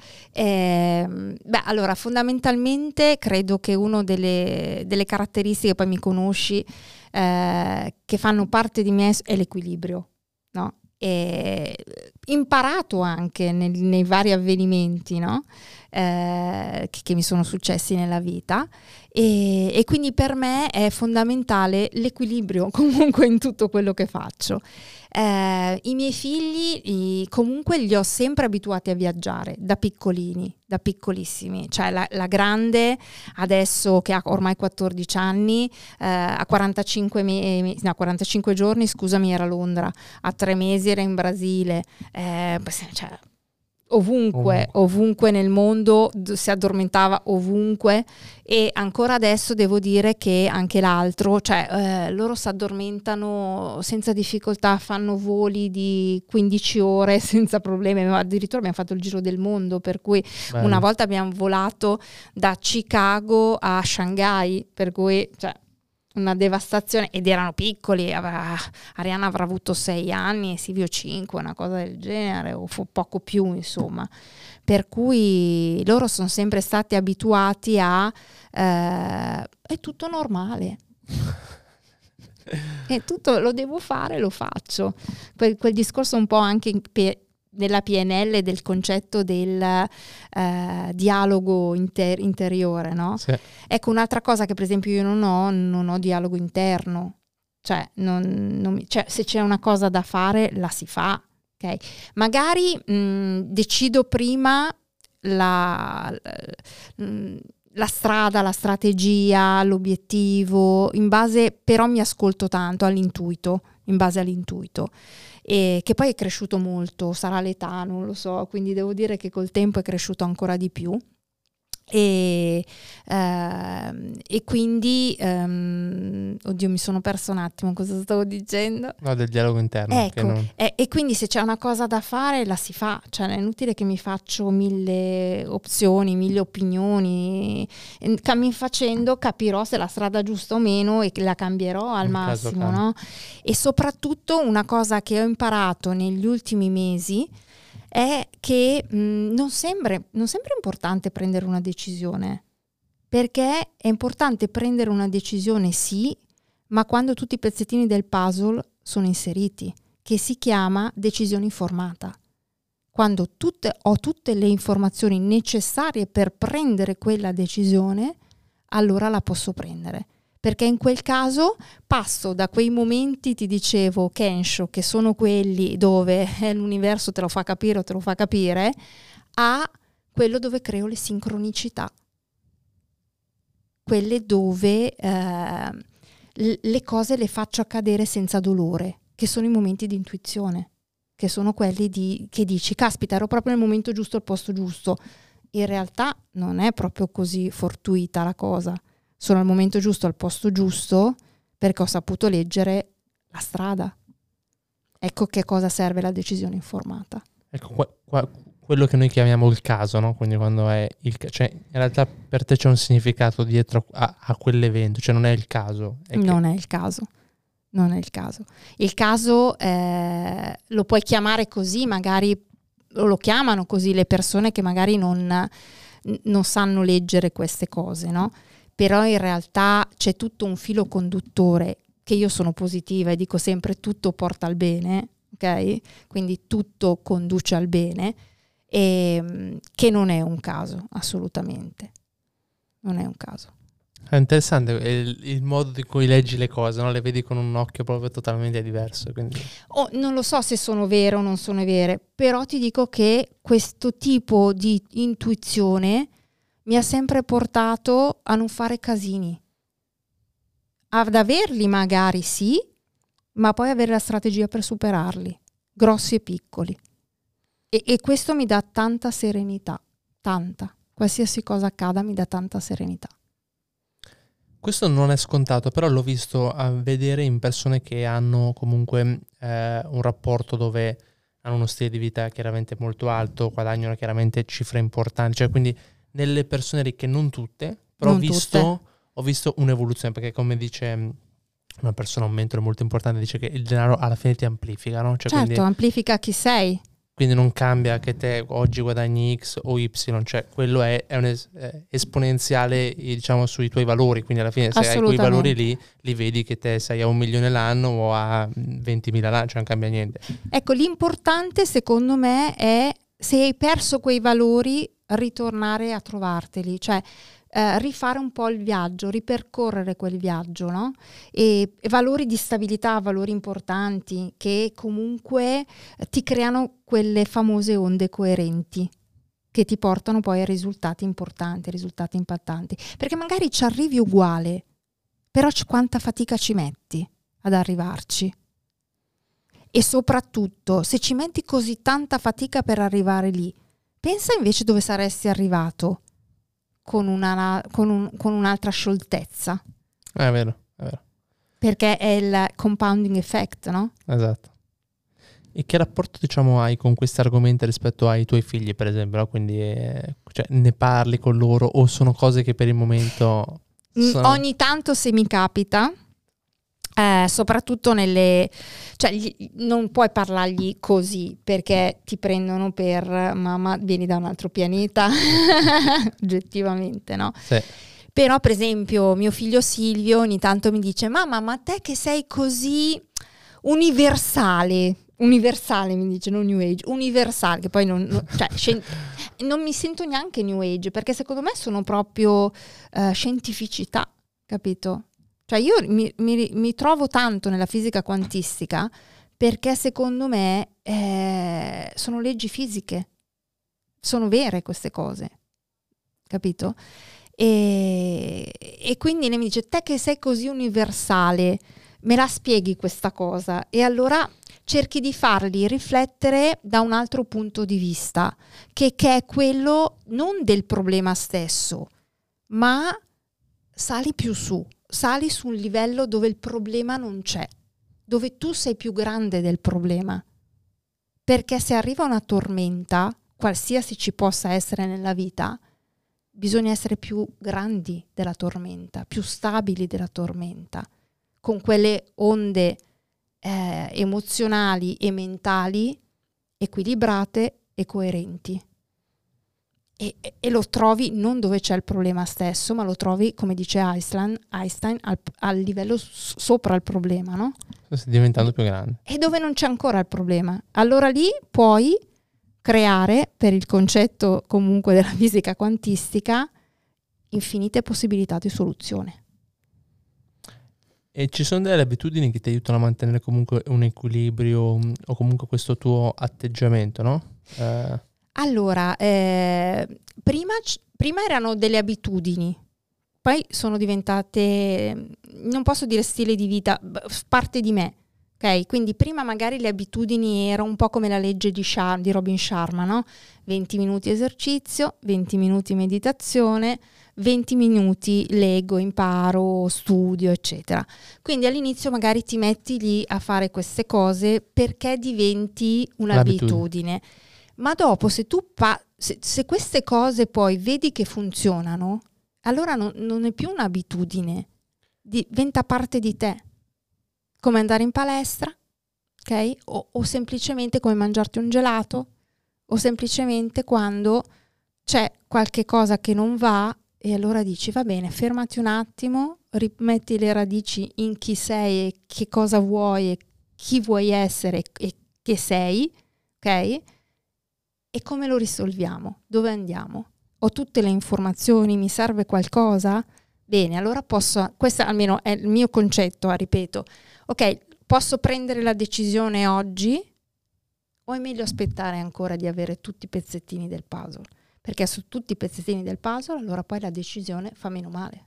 fondamentalmente credo che una delle caratteristiche, poi mi conosci, che fanno parte di me è l'equilibrio, no? E imparato anche nei vari avvenimenti, no? Che mi sono successi nella vita, e quindi per me è fondamentale l'equilibrio comunque in tutto quello che faccio. I miei figli comunque li ho sempre abituati a viaggiare da piccolini, da piccolissimi, cioè la grande adesso che ha ormai 14 anni, a 45 giorni, scusami, era a Londra, a 3 mesi era in Brasile, cioè ovunque nel mondo, si addormentava ovunque, e ancora adesso devo dire che anche l'altro, cioè loro si addormentano senza difficoltà, fanno voli di 15 ore senza problemi, addirittura abbiamo fatto il giro del mondo, per cui bello. Una volta abbiamo volato da Chicago a Shanghai, per cui cioè una devastazione, ed erano piccoli. Arianna avrà avuto 6 anni e Silvio 5, una cosa del genere, o poco più, insomma, per cui loro sono sempre stati abituati a è tutto normale. E tutto lo devo fare, lo faccio. Quel discorso un po' anche della PNL, del concetto del dialogo interiore, no? Sì. Ecco, un'altra cosa che per esempio io non ho dialogo interno, cioè, cioè se c'è una cosa da fare la si fa, ok? Magari decido prima la strada, la strategia, l'obiettivo, però mi ascolto tanto in base all'intuito. E che poi è cresciuto molto, sarà l'età, non lo so, quindi devo dire che col tempo è cresciuto ancora di più. E quindi oddio, mi sono perso un attimo, cosa stavo dicendo? No, del dialogo interno. Ecco, e quindi se c'è una cosa da fare la si fa, cioè è inutile che mi faccio 1000 opzioni, 1000 opinioni, cammin facendo capirò se la strada è giusta o meno e la cambierò al massimo, no? E soprattutto una cosa che ho imparato negli ultimi mesi è che non sembra importante prendere una decisione, perché è importante prendere una decisione sì, ma quando tutti i pezzettini del puzzle sono inseriti, che si chiama decisione informata. Quando ho tutte le informazioni necessarie per prendere quella decisione, allora la posso prendere. Perché in quel caso passo da quei momenti, ti dicevo, Kensho, che sono quelli dove l'universo te lo fa capire o te lo fa capire, a quello dove creo le sincronicità. Quelle dove le cose le faccio accadere senza dolore, che sono i momenti di intuizione, che sono quelli che dici, caspita, ero proprio nel momento giusto al posto giusto. In realtà non è proprio così fortuita la cosa. Sono al momento giusto, al posto giusto, perché ho saputo leggere la strada. Ecco che cosa serve la decisione informata. Ecco, quello che noi chiamiamo il caso, no? Quindi quando è cioè in realtà per te c'è un significato dietro a quell'evento, cioè non è il caso. Non è il caso. Non è il caso. Il caso lo puoi chiamare così, magari lo chiamano così le persone che magari non sanno leggere queste cose, no? Però in realtà c'è tutto un filo conduttore, che io sono positiva e dico sempre tutto porta al bene, ok? Quindi tutto conduce al bene, e che non è un caso, assolutamente. Non è un caso. È interessante il modo di cui leggi le cose, no? Le vedi con un occhio proprio totalmente diverso. Quindi. Non lo so se sono vere o non sono vere, però ti dico che questo tipo di intuizione mi ha sempre portato a non fare casini. Ad averli magari sì, ma poi avere la strategia per superarli, grossi e piccoli. E questo mi dà tanta serenità, tanta. Qualsiasi cosa accada mi dà tanta serenità. Questo non è scontato, però l'ho visto a vedere in persone che hanno comunque un rapporto dove hanno uno stile di vita chiaramente molto alto, guadagnano chiaramente cifre importanti, cioè quindi nelle persone ricche, non tutte, però ho visto un'evoluzione, perché come dice una persona, un mentore molto importante, dice che il denaro alla fine ti amplifica, no? Cioè, certo, quindi, amplifica chi sei. Quindi non cambia che te oggi guadagni X o Y, cioè quello è un esponenziale, diciamo, sui tuoi valori, quindi alla fine se hai quei valori lì, li vedi che te sei a 1 milione l'anno o a 20.000 l'anno, cioè non cambia niente. Ecco, l'importante secondo me è, se hai perso quei valori, ritornare a trovarteli, cioè rifare un po' il viaggio, ripercorrere quel viaggio, no? E valori di stabilità, valori importanti che comunque ti creano quelle famose onde coerenti che ti portano poi a risultati importanti, risultati impattanti, perché magari ci arrivi uguale, però quanta fatica ci metti ad arrivarci. E soprattutto, se ci metti così tanta fatica per arrivare lì, pensa invece dove saresti arrivato con un'altra scioltezza. È vero, è vero. Perché è il compounding effect, no? Esatto. E che rapporto, diciamo, hai con questi argomenti rispetto ai tuoi figli, per esempio, no? Quindi cioè, ne parli con loro o sono cose che per il momento... Ogni tanto, se mi capita, soprattutto cioè non puoi parlargli così, perché ti prendono per mamma, vieni da un altro pianeta, oggettivamente, no? Sì. Però per esempio mio figlio Silvio ogni tanto mi dice: mamma, ma te che sei così universale mi dice, non New Age, universale, che poi non mi sento neanche New Age, perché secondo me sono proprio scientificità, capito? Cioè io mi trovo tanto nella fisica quantistica, perché secondo me sono leggi fisiche, sono vere queste cose, capito? E quindi lei mi dice: te che sei così universale, me la spieghi questa cosa? E allora cerchi di farli riflettere da un altro punto di vista, che è quello non del problema stesso, ma sali più su. Sali su un livello dove il problema non c'è, dove tu sei più grande del problema. Perché se arriva una tormenta, qualsiasi ci possa essere nella vita, bisogna essere più grandi della tormenta, più stabili della tormenta, con quelle onde emozionali e mentali equilibrate e coerenti. E lo trovi non dove c'è il problema stesso, ma lo trovi, come dice Einstein al livello sopra il problema, no? Sta diventando più grande. E dove non c'è ancora il problema. Allora lì puoi creare, per il concetto comunque della fisica quantistica, infinite possibilità di soluzione. E ci sono delle abitudini che ti aiutano a mantenere comunque un equilibrio o comunque questo tuo atteggiamento, no? Allora, prima erano delle abitudini, poi sono diventate, non posso dire stile di vita, parte di me, ok? Quindi prima magari le abitudini erano un po' come la legge di Robin Sharma, no? 20 minuti esercizio, 20 minuti meditazione, 20 minuti leggo, imparo, studio, eccetera. Quindi all'inizio magari ti metti lì a fare queste cose perché diventi un'abitudine. Ma dopo, se tu se queste cose poi vedi che funzionano, allora non è più un'abitudine, diventa parte di te. Come andare in palestra, ok? O semplicemente come mangiarti un gelato, o semplicemente quando c'è qualche cosa che non va e allora dici, va bene, fermati un attimo, rimetti le radici in chi sei e che cosa vuoi e chi vuoi essere e che sei, ok? E come lo risolviamo? Dove andiamo? Ho tutte le informazioni, mi serve qualcosa? Bene, allora questo almeno è il mio concetto, ripeto. Ok, posso prendere la decisione oggi o è meglio aspettare ancora di avere tutti i pezzettini del puzzle? Perché su tutti i pezzettini del puzzle allora poi la decisione fa meno male.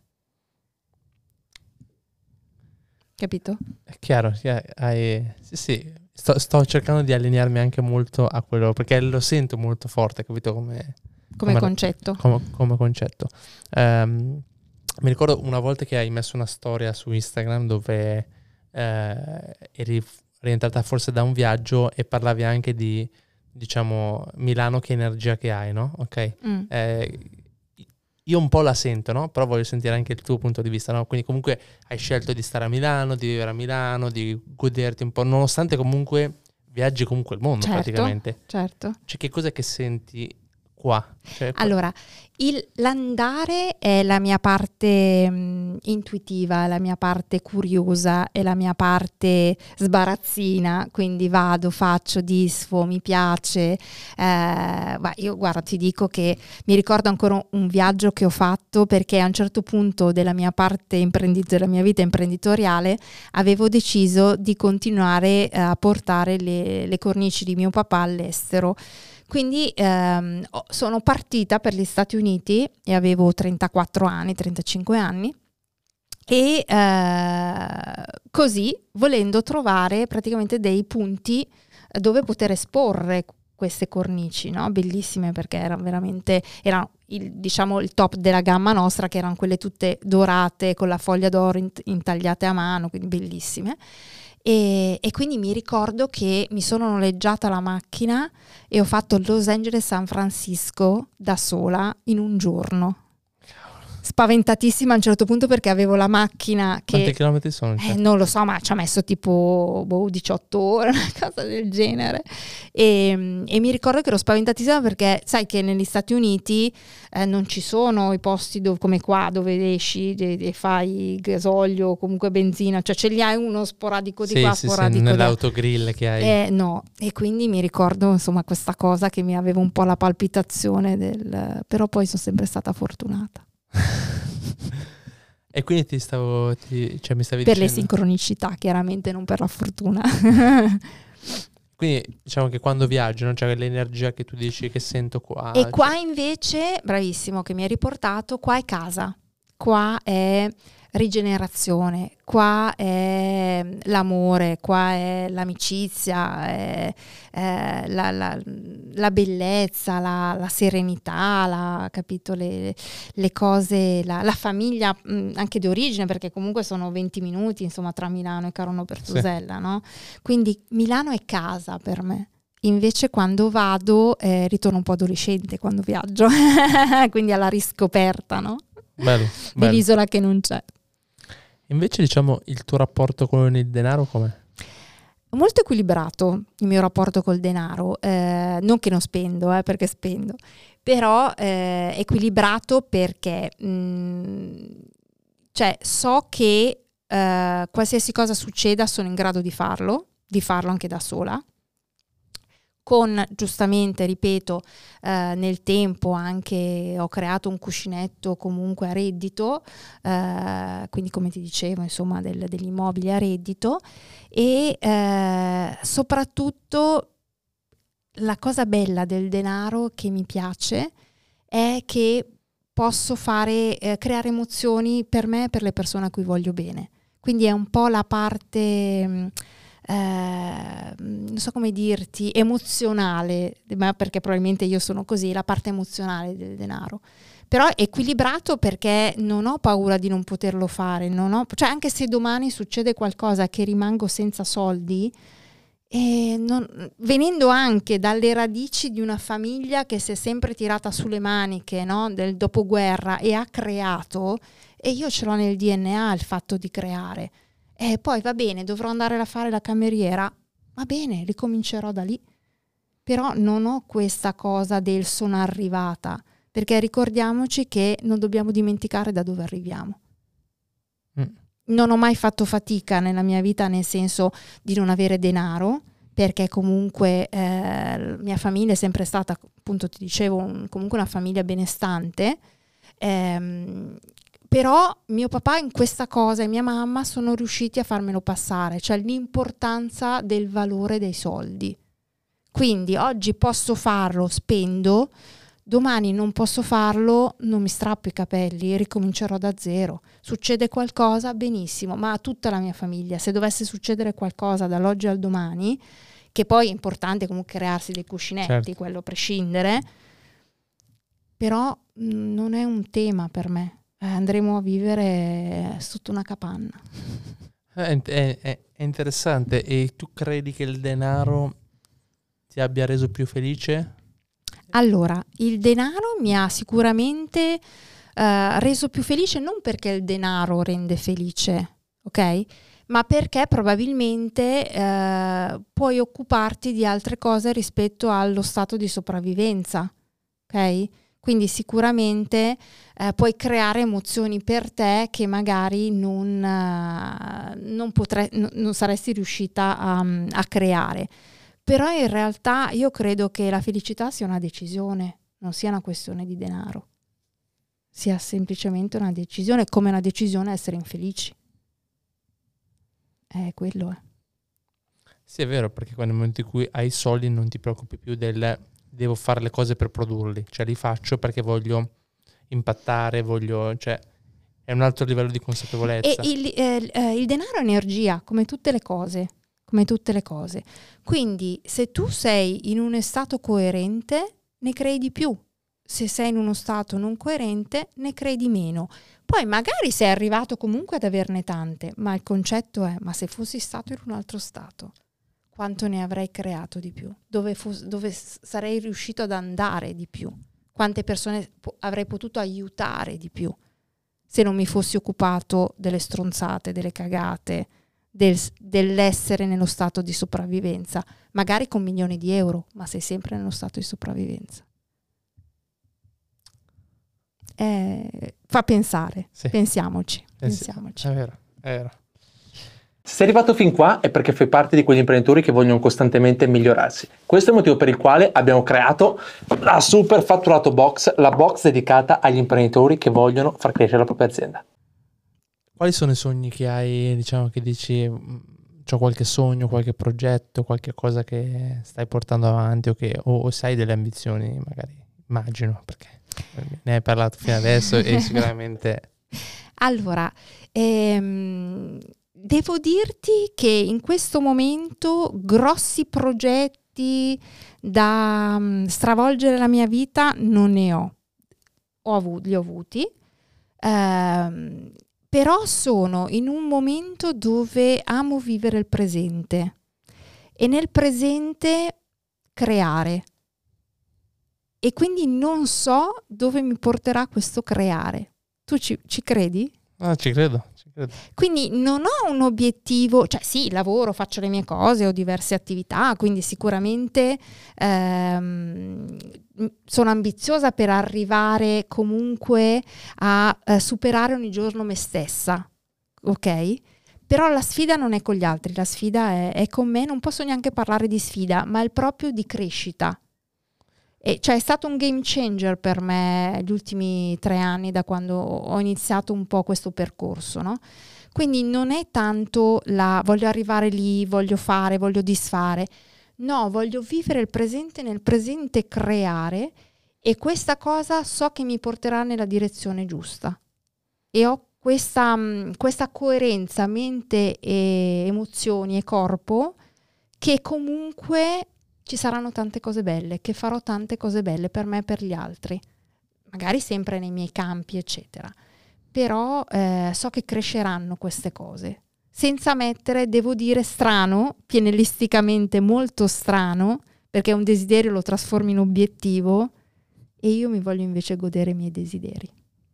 Capito? È chiaro, sì. Sto cercando di allinearmi anche molto a quello, perché lo sento molto forte, capito? Come concetto. Come concetto. Mi ricordo una volta che hai messo una storia su Instagram dove eri rientrata forse da un viaggio e parlavi anche di, diciamo, Milano, che energia che hai, no? Ok. Io un po' la sento, no? Però voglio sentire anche il tuo punto di vista, no? Quindi comunque hai scelto di stare a Milano, di vivere a Milano, di goderti un po', nonostante comunque viaggi comunque il mondo, praticamente. Certo. Cioè, che cos'è che senti qua? Cioè, allora, l'andare è la mia parte intuitiva, la mia parte curiosa, è la mia parte sbarazzina, quindi vado, faccio, disfo, mi piace. Io guarda, ti dico che mi ricordo ancora un viaggio che ho fatto perché a un certo punto della mia parte della mia vita imprenditoriale avevo deciso di continuare a portare le cornici di mio papà all'estero. Quindi sono partita per gli Stati Uniti e avevo 35 anni e così volendo trovare praticamente dei punti dove poter esporre queste cornici, no? Bellissime, perché erano il top della gamma nostra, che erano quelle tutte dorate con la foglia d'oro intagliate a mano, quindi bellissime. E quindi mi ricordo che mi sono noleggiata la macchina e ho fatto Los Angeles San Francisco da sola in un giorno. Spaventatissima a un certo punto perché avevo la macchina che... Quanti chilometri sono? Non lo so, ma ci ha messo tipo 18 ore, una cosa del genere. E mi ricordo che ero spaventatissima perché sai che negli Stati Uniti non ci sono i posti come qua dove esci e fai gasolio o comunque benzina, cioè ce li hai uno sporadico di qua, sporadico di là. Nell'autogrill che hai. No, e quindi mi ricordo insomma questa cosa che mi aveva un po' la palpitazione però poi sono sempre stata fortunata. E quindi mi stavi per dicendo... le sincronicità, chiaramente, non per la fortuna. Quindi diciamo che quando viaggio, no? Cioè l'energia che tu dici che sento qua. E qua invece, bravissimo che mi hai riportato, qua è casa, qua è rigenerazione, qua è l'amore, qua è l'amicizia, è la bellezza, la serenità, capito, le cose, la famiglia anche di origine, perché comunque sono 20 minuti insomma tra Milano e Carono Pertusella, sì. No? Quindi Milano è casa per me. Invece quando vado ritorno un po' adolescente quando viaggio, quindi alla riscoperta, no? Bello. Dell'isola che non c'è. Invece diciamo il tuo rapporto con il denaro com'è? molto equilibrato il mio rapporto col denaro, non che non spendo, perché spendo, però equilibrato perché cioè so che qualsiasi cosa succeda sono in grado di farlo anche da sola, con, giustamente, ripeto, nel tempo anche ho creato un cuscinetto comunque a reddito, quindi come ti dicevo, insomma, degli immobili a reddito, e soprattutto la cosa bella del denaro che mi piace è che posso creare emozioni per me e per le persone a cui voglio bene. Quindi è un po' la parte, non so come dirti, emozionale, ma perché probabilmente io sono così, la parte emozionale del denaro. Però equilibrato perché non ho paura di non poterlo fare, cioè anche se domani succede qualcosa che rimango senza soldi, venendo anche dalle radici di una famiglia che si è sempre tirata sulle maniche, no? Del dopoguerra, e ha creato, e io ce l'ho nel DNA il fatto di creare, e poi va bene, dovrò andare a fare la cameriera, va bene, ricomincerò da lì, però non ho questa cosa del sono arrivata, perché ricordiamoci che non dobbiamo dimenticare da dove arriviamo. Non ho mai fatto fatica nella mia vita, nel senso di non avere denaro, perché comunque mia famiglia è sempre stata, appunto ti dicevo, comunque una famiglia benestante, però mio papà in questa cosa e mia mamma sono riusciti a farmelo passare, cioè l'importanza del valore dei soldi. Quindi oggi posso farlo, spendo, domani non posso farlo, non mi strappo i capelli, ricomincerò da zero. Succede qualcosa, benissimo, ma a tutta la mia famiglia, se dovesse succedere qualcosa dall'oggi al domani, che poi è importante comunque crearsi dei cuscinetti, certo, quello a prescindere, però non è un tema per me. Andremo a vivere sotto una capanna. È interessante. E tu credi che il denaro ti abbia reso più felice? Allora, il denaro mi ha sicuramente reso più felice, non perché il denaro rende felice, ok? Ma perché probabilmente puoi occuparti di altre cose rispetto allo stato di sopravvivenza, ok? Quindi sicuramente puoi creare emozioni per te che magari non saresti riuscita a creare. Però in realtà io credo che la felicità sia una decisione, non sia una questione di denaro. Sia semplicemente una decisione, come una decisione essere infelici. Quello è. Sì, è vero, perché nel momento in cui hai i soldi non ti preoccupi più del devo fare le cose per produrli, cioè li faccio perché voglio impattare, cioè è un altro livello di consapevolezza. E il denaro è energia, come tutte le cose. Quindi se tu sei in uno stato coerente, ne crei di più. Se sei in uno stato non coerente, ne crei di meno. Poi magari sei arrivato comunque ad averne tante, ma il concetto è: ma se fossi stato in un altro stato, quanto ne avrei creato di più? Dove sarei riuscito ad andare di più? Quante persone avrei potuto aiutare di più se non mi fossi occupato delle stronzate, delle cagate, dell'essere nello stato di sopravvivenza, magari con milioni di euro, ma sei sempre nello stato di sopravvivenza. Fa pensare, sì. Pensiamoci. Sì. È vero. Se sei arrivato fin qua è perché fai parte di quegli imprenditori che vogliono costantemente migliorarsi. Questo è il motivo per il quale abbiamo creato la Super Fatturato Box, la box dedicata agli imprenditori che vogliono far crescere la propria azienda. Quali sono i sogni che hai, diciamo, che dici c'ho qualche sogno, qualche progetto, qualche cosa che stai portando avanti o sai delle ambizioni, magari, immagino, perché ne hai parlato fino adesso e sicuramente... Allora, devo dirti che in questo momento grossi progetti da stravolgere la mia vita non ne ho. Li ho avuti, però sono in un momento dove amo vivere il presente e nel presente creare. E quindi non so dove mi porterà questo creare. Tu ci credi? Ci credo. Quindi non ho un obiettivo, cioè sì, lavoro, faccio le mie cose, ho diverse attività, quindi sicuramente sono ambiziosa per arrivare comunque a superare ogni giorno me stessa, ok? Però la sfida non è con gli altri, la sfida è con me, non posso neanche parlare di sfida, ma è proprio di crescita. E cioè è stato un game changer per me gli ultimi 3 anni da quando ho iniziato un po' questo percorso, no? Quindi non è tanto voglio arrivare lì, voglio fare, voglio disfare. No, voglio vivere il presente, nel presente creare, e questa cosa so che mi porterà nella direzione giusta. E ho questa coerenza mente e emozioni e corpo, che comunque ci saranno tante cose belle, che farò tante cose belle per me e per gli altri, magari sempre nei miei campi, eccetera. Però so che cresceranno queste cose, senza mettere, devo dire, strano, pianelisticamente molto strano, perché un desiderio lo trasformi in obiettivo, e io mi voglio invece godere i miei desideri.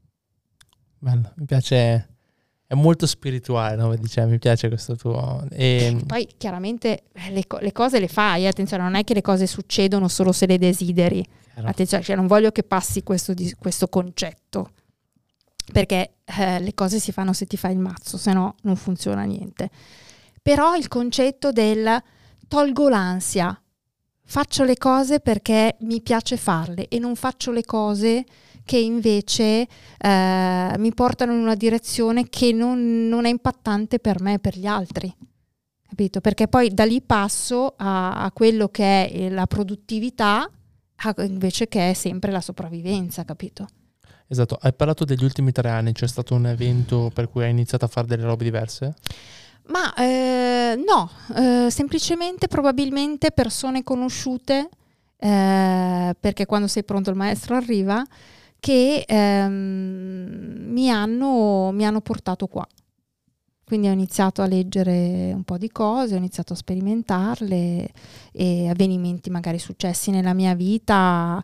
Bello, mi piace, è molto spirituale, no? Mi piace questo tuo... Poi chiaramente le cose le fai, attenzione, non è che le cose succedono solo se le desideri. Attenzione, cioè non voglio che passi questo concetto, perché le cose si fanno se ti fai il mazzo, se no non funziona niente. Però il concetto del tolgo l'ansia, faccio le cose perché mi piace farle e non faccio le cose che invece mi portano in una direzione che non è impattante per me e per gli altri, capito? Perché poi da lì passo a quello che è la produttività, invece che è sempre la sopravvivenza, capito? Esatto, hai parlato degli ultimi 3 anni, c'è stato un evento per cui hai iniziato a fare delle robe diverse? Ma no, semplicemente probabilmente persone conosciute, perché quando sei pronto il maestro arriva, che mi hanno portato qua. Quindi ho iniziato a leggere un po' di cose, ho iniziato a sperimentarle, e avvenimenti magari successi nella mia vita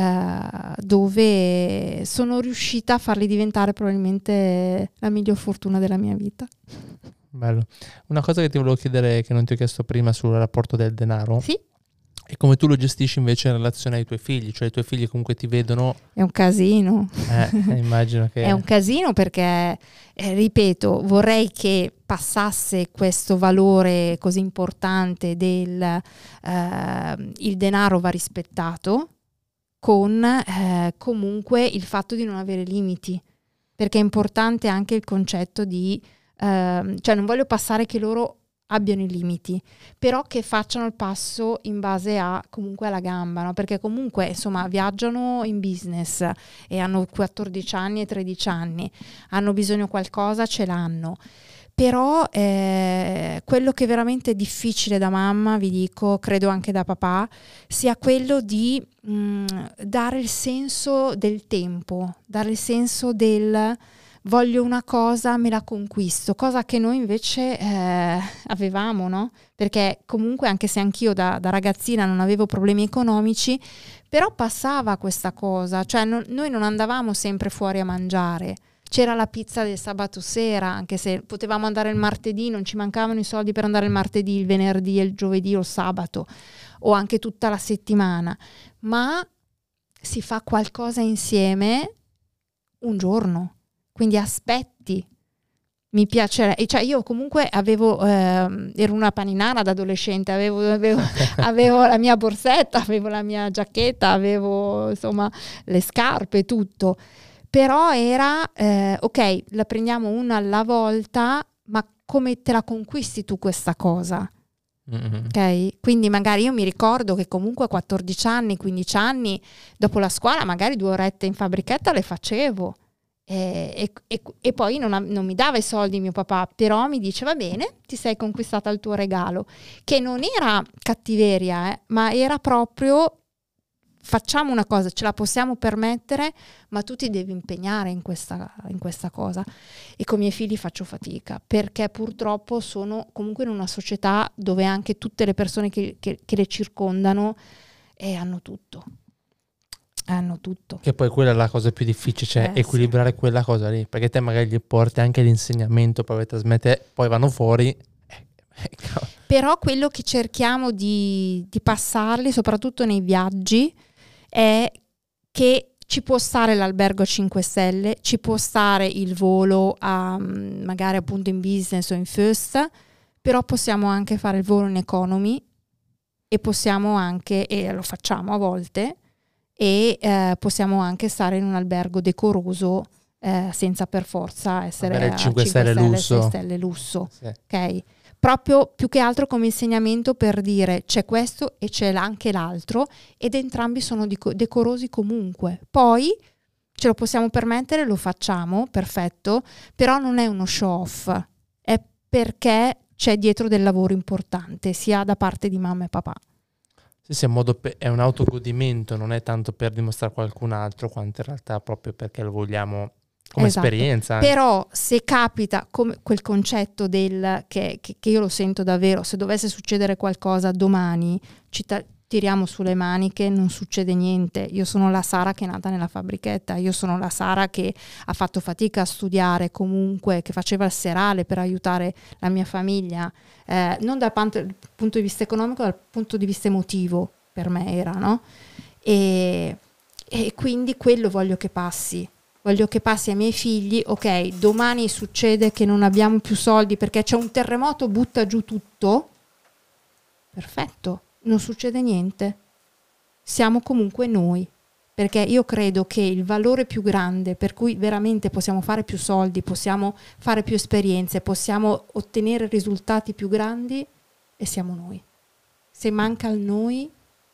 dove sono riuscita a farli diventare probabilmente la miglior fortuna della mia vita. Bello. Una cosa che ti volevo chiedere, che non ti ho chiesto prima, sul rapporto del denaro. Sì. E come tu lo gestisci invece in relazione ai tuoi figli? Cioè i tuoi figli comunque ti vedono... È un casino. Immagino che... È un casino perché, ripeto, vorrei che passasse questo valore così importante del il denaro va rispettato, con comunque il fatto di non avere limiti. Perché è importante anche il concetto di... cioè non voglio passare che loro abbiano i limiti, però che facciano il passo in base a comunque alla gamba, no? Perché comunque insomma viaggiano in business e hanno 14 anni e 13 anni, hanno bisogno di qualcosa, ce l'hanno. Però quello che è veramente difficile da mamma, vi dico, credo anche da papà, sia quello di dare il senso del tempo, dare il senso del voglio una cosa, me la conquisto, cosa che noi invece avevamo, no? Perché comunque, anche se anch'io da ragazzina non avevo problemi economici, però passava questa cosa, cioè noi non andavamo sempre fuori a mangiare. C'era la pizza del sabato sera, anche se potevamo andare il martedì, non ci mancavano i soldi per andare il martedì, il venerdì, il giovedì o il sabato, o anche tutta la settimana, ma si fa qualcosa insieme un giorno. Quindi aspetti, mi piace, cioè io comunque ero una paninara da adolescente, avevo la mia borsetta, avevo la mia giacchetta, avevo insomma le scarpe, tutto, però era ok, la prendiamo una alla volta, ma come te la conquisti tu questa cosa? Mm-hmm. Ok, quindi magari io mi ricordo che comunque a 14 anni, 15 anni, dopo la scuola magari 2 orette in fabbrichetta le facevo. E poi non mi dava i soldi mio papà, però mi dice va bene, ti sei conquistata il tuo regalo, che non era cattiveria, ma era proprio facciamo una cosa, ce la possiamo permettere, ma tu ti devi impegnare in questa cosa. E con i miei figli faccio fatica, perché purtroppo sono comunque in una società dove anche tutte le persone che le circondano hanno tutto. Hanno tutto. Che poi quella è la cosa più difficile, cioè equilibrare quella cosa lì, perché te magari gli porti anche l'insegnamento, poi trasmette, poi vanno fuori. Però quello che cerchiamo di passarli, soprattutto nei viaggi, è che ci può stare l'albergo a 5 stelle, ci può stare il volo magari appunto in business o in first, però possiamo anche fare il volo in economy e possiamo anche, e lo facciamo a volte, e possiamo anche stare in un albergo decoroso senza per forza essere a 5 stelle lusso. 6 stelle lusso. Sì. Ok? Proprio più che altro come insegnamento per dire c'è questo e c'è anche l'altro ed entrambi sono decorosi comunque. Poi ce lo possiamo permettere, lo facciamo, perfetto, però non è uno show off, è perché c'è dietro del lavoro importante sia da parte di mamma e papà. Sì, è un autogodimento, non è tanto per dimostrare a qualcun altro quanto in realtà proprio perché lo vogliamo come esperienza. Però se capita come quel concetto del che io lo sento davvero, se dovesse succedere qualcosa domani ci tiriamo sulle maniche, non succede niente. Io sono la Sara che è nata nella fabbrichetta, io sono la Sara che ha fatto fatica a studiare comunque, che faceva il serale per aiutare la mia famiglia, non dal punto di vista economico, dal punto di vista emotivo per me era, no? E quindi quello voglio che passi. Voglio che passi ai miei figli, ok, domani succede che non abbiamo più soldi perché c'è un terremoto, butta giù tutto, perfetto, non succede niente, siamo comunque noi, perché io credo che il valore più grande per cui veramente possiamo fare più soldi, possiamo fare più esperienze, possiamo ottenere risultati più grandi e siamo noi. Se manca il noi,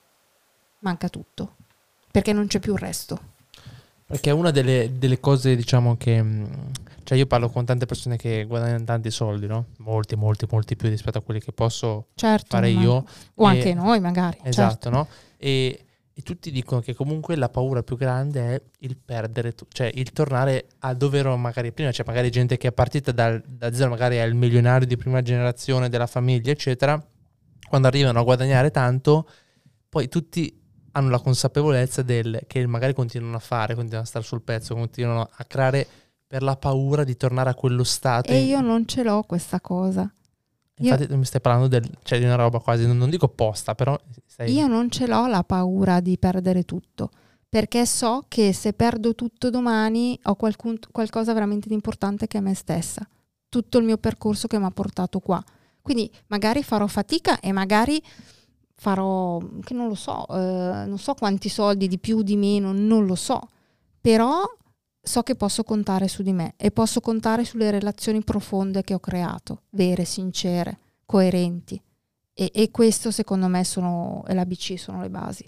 manca tutto, perché non c'è più il resto. Perché una delle cose, diciamo, che cioè io parlo con tante persone che guadagnano tanti soldi, no? Molti più rispetto a quelli che posso fare io. O anche noi magari. Esatto, certo. No? E tutti dicono che comunque la paura più grande è il perdere, cioè il tornare a dove ero magari prima. C'è magari gente che è partita da zero, magari è il milionario di prima generazione della famiglia, eccetera. Quando arrivano a guadagnare tanto, poi tutti hanno la consapevolezza che magari continuano a stare sul pezzo, continuano a creare per la paura di tornare a quello stato. E io non ce l'ho questa cosa. Infatti mi stai parlando di una roba quasi, non dico opposta, però... Io non ce l'ho la paura di perdere tutto, perché so che se perdo tutto domani ho qualcosa veramente di importante che è me stessa. Tutto il mio percorso che mi ha portato qua. Quindi magari farò fatica e magari... farò, che non lo so, non so quanti soldi, di più, di meno, non lo so, però so che posso contare su di me e posso contare sulle relazioni profonde che ho creato, vere, sincere, coerenti, e questo secondo me è l'ABC, sono le basi.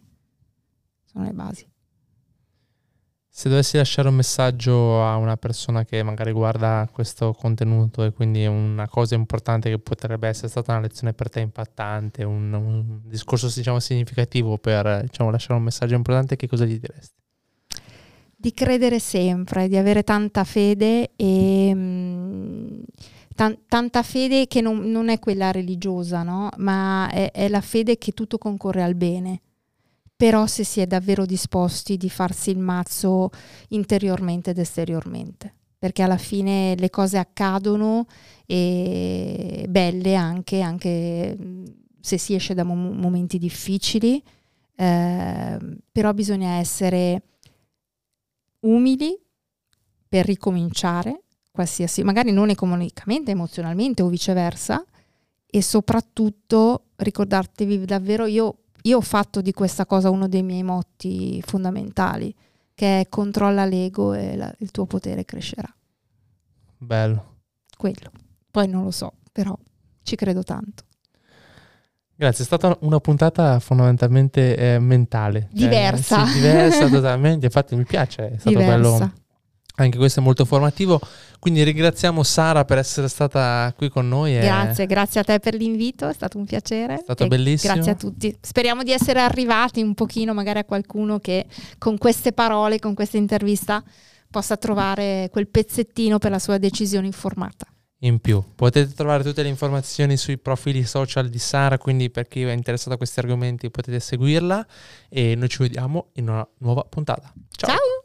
Se dovessi lasciare un messaggio a una persona che magari guarda questo contenuto e quindi una cosa importante che potrebbe essere stata una lezione per te impattante, un discorso diciamo significativo per diciamo lasciare un messaggio importante, che cosa gli diresti? Di credere sempre, di avere tanta fede e tanta fede che non è quella religiosa, no? Ma è la fede che tutto concorre al bene. Però se si è davvero disposti di farsi il mazzo interiormente ed esteriormente, perché alla fine le cose accadono, e belle anche se si esce da momenti difficili, però bisogna essere umili per ricominciare, qualsiasi, magari non economicamente, emozionalmente o viceversa, e soprattutto ricordatevi davvero, io ho fatto di questa cosa uno dei miei motti fondamentali, che è: controlla l'ego e il tuo potere crescerà. Bello. Quello. Poi non lo so, però ci credo tanto. Grazie, è stata una puntata fondamentalmente mentale. Diversa. Sì, diversa totalmente, infatti mi piace, è stato bello. Anche questo è molto formativo, quindi ringraziamo Sara per essere stata qui con noi. Grazie a te per l'invito, è stato un piacere. È stato bellissimo. Grazie a tutti. Speriamo di essere arrivati un pochino magari a qualcuno che con queste parole, con questa intervista, possa trovare quel pezzettino per la sua decisione informata. in più. Potete trovare tutte le informazioni sui profili social di Sara, quindi per chi è interessato a questi argomenti potete seguirla e noi ci vediamo in una nuova puntata. Ciao! Ciao!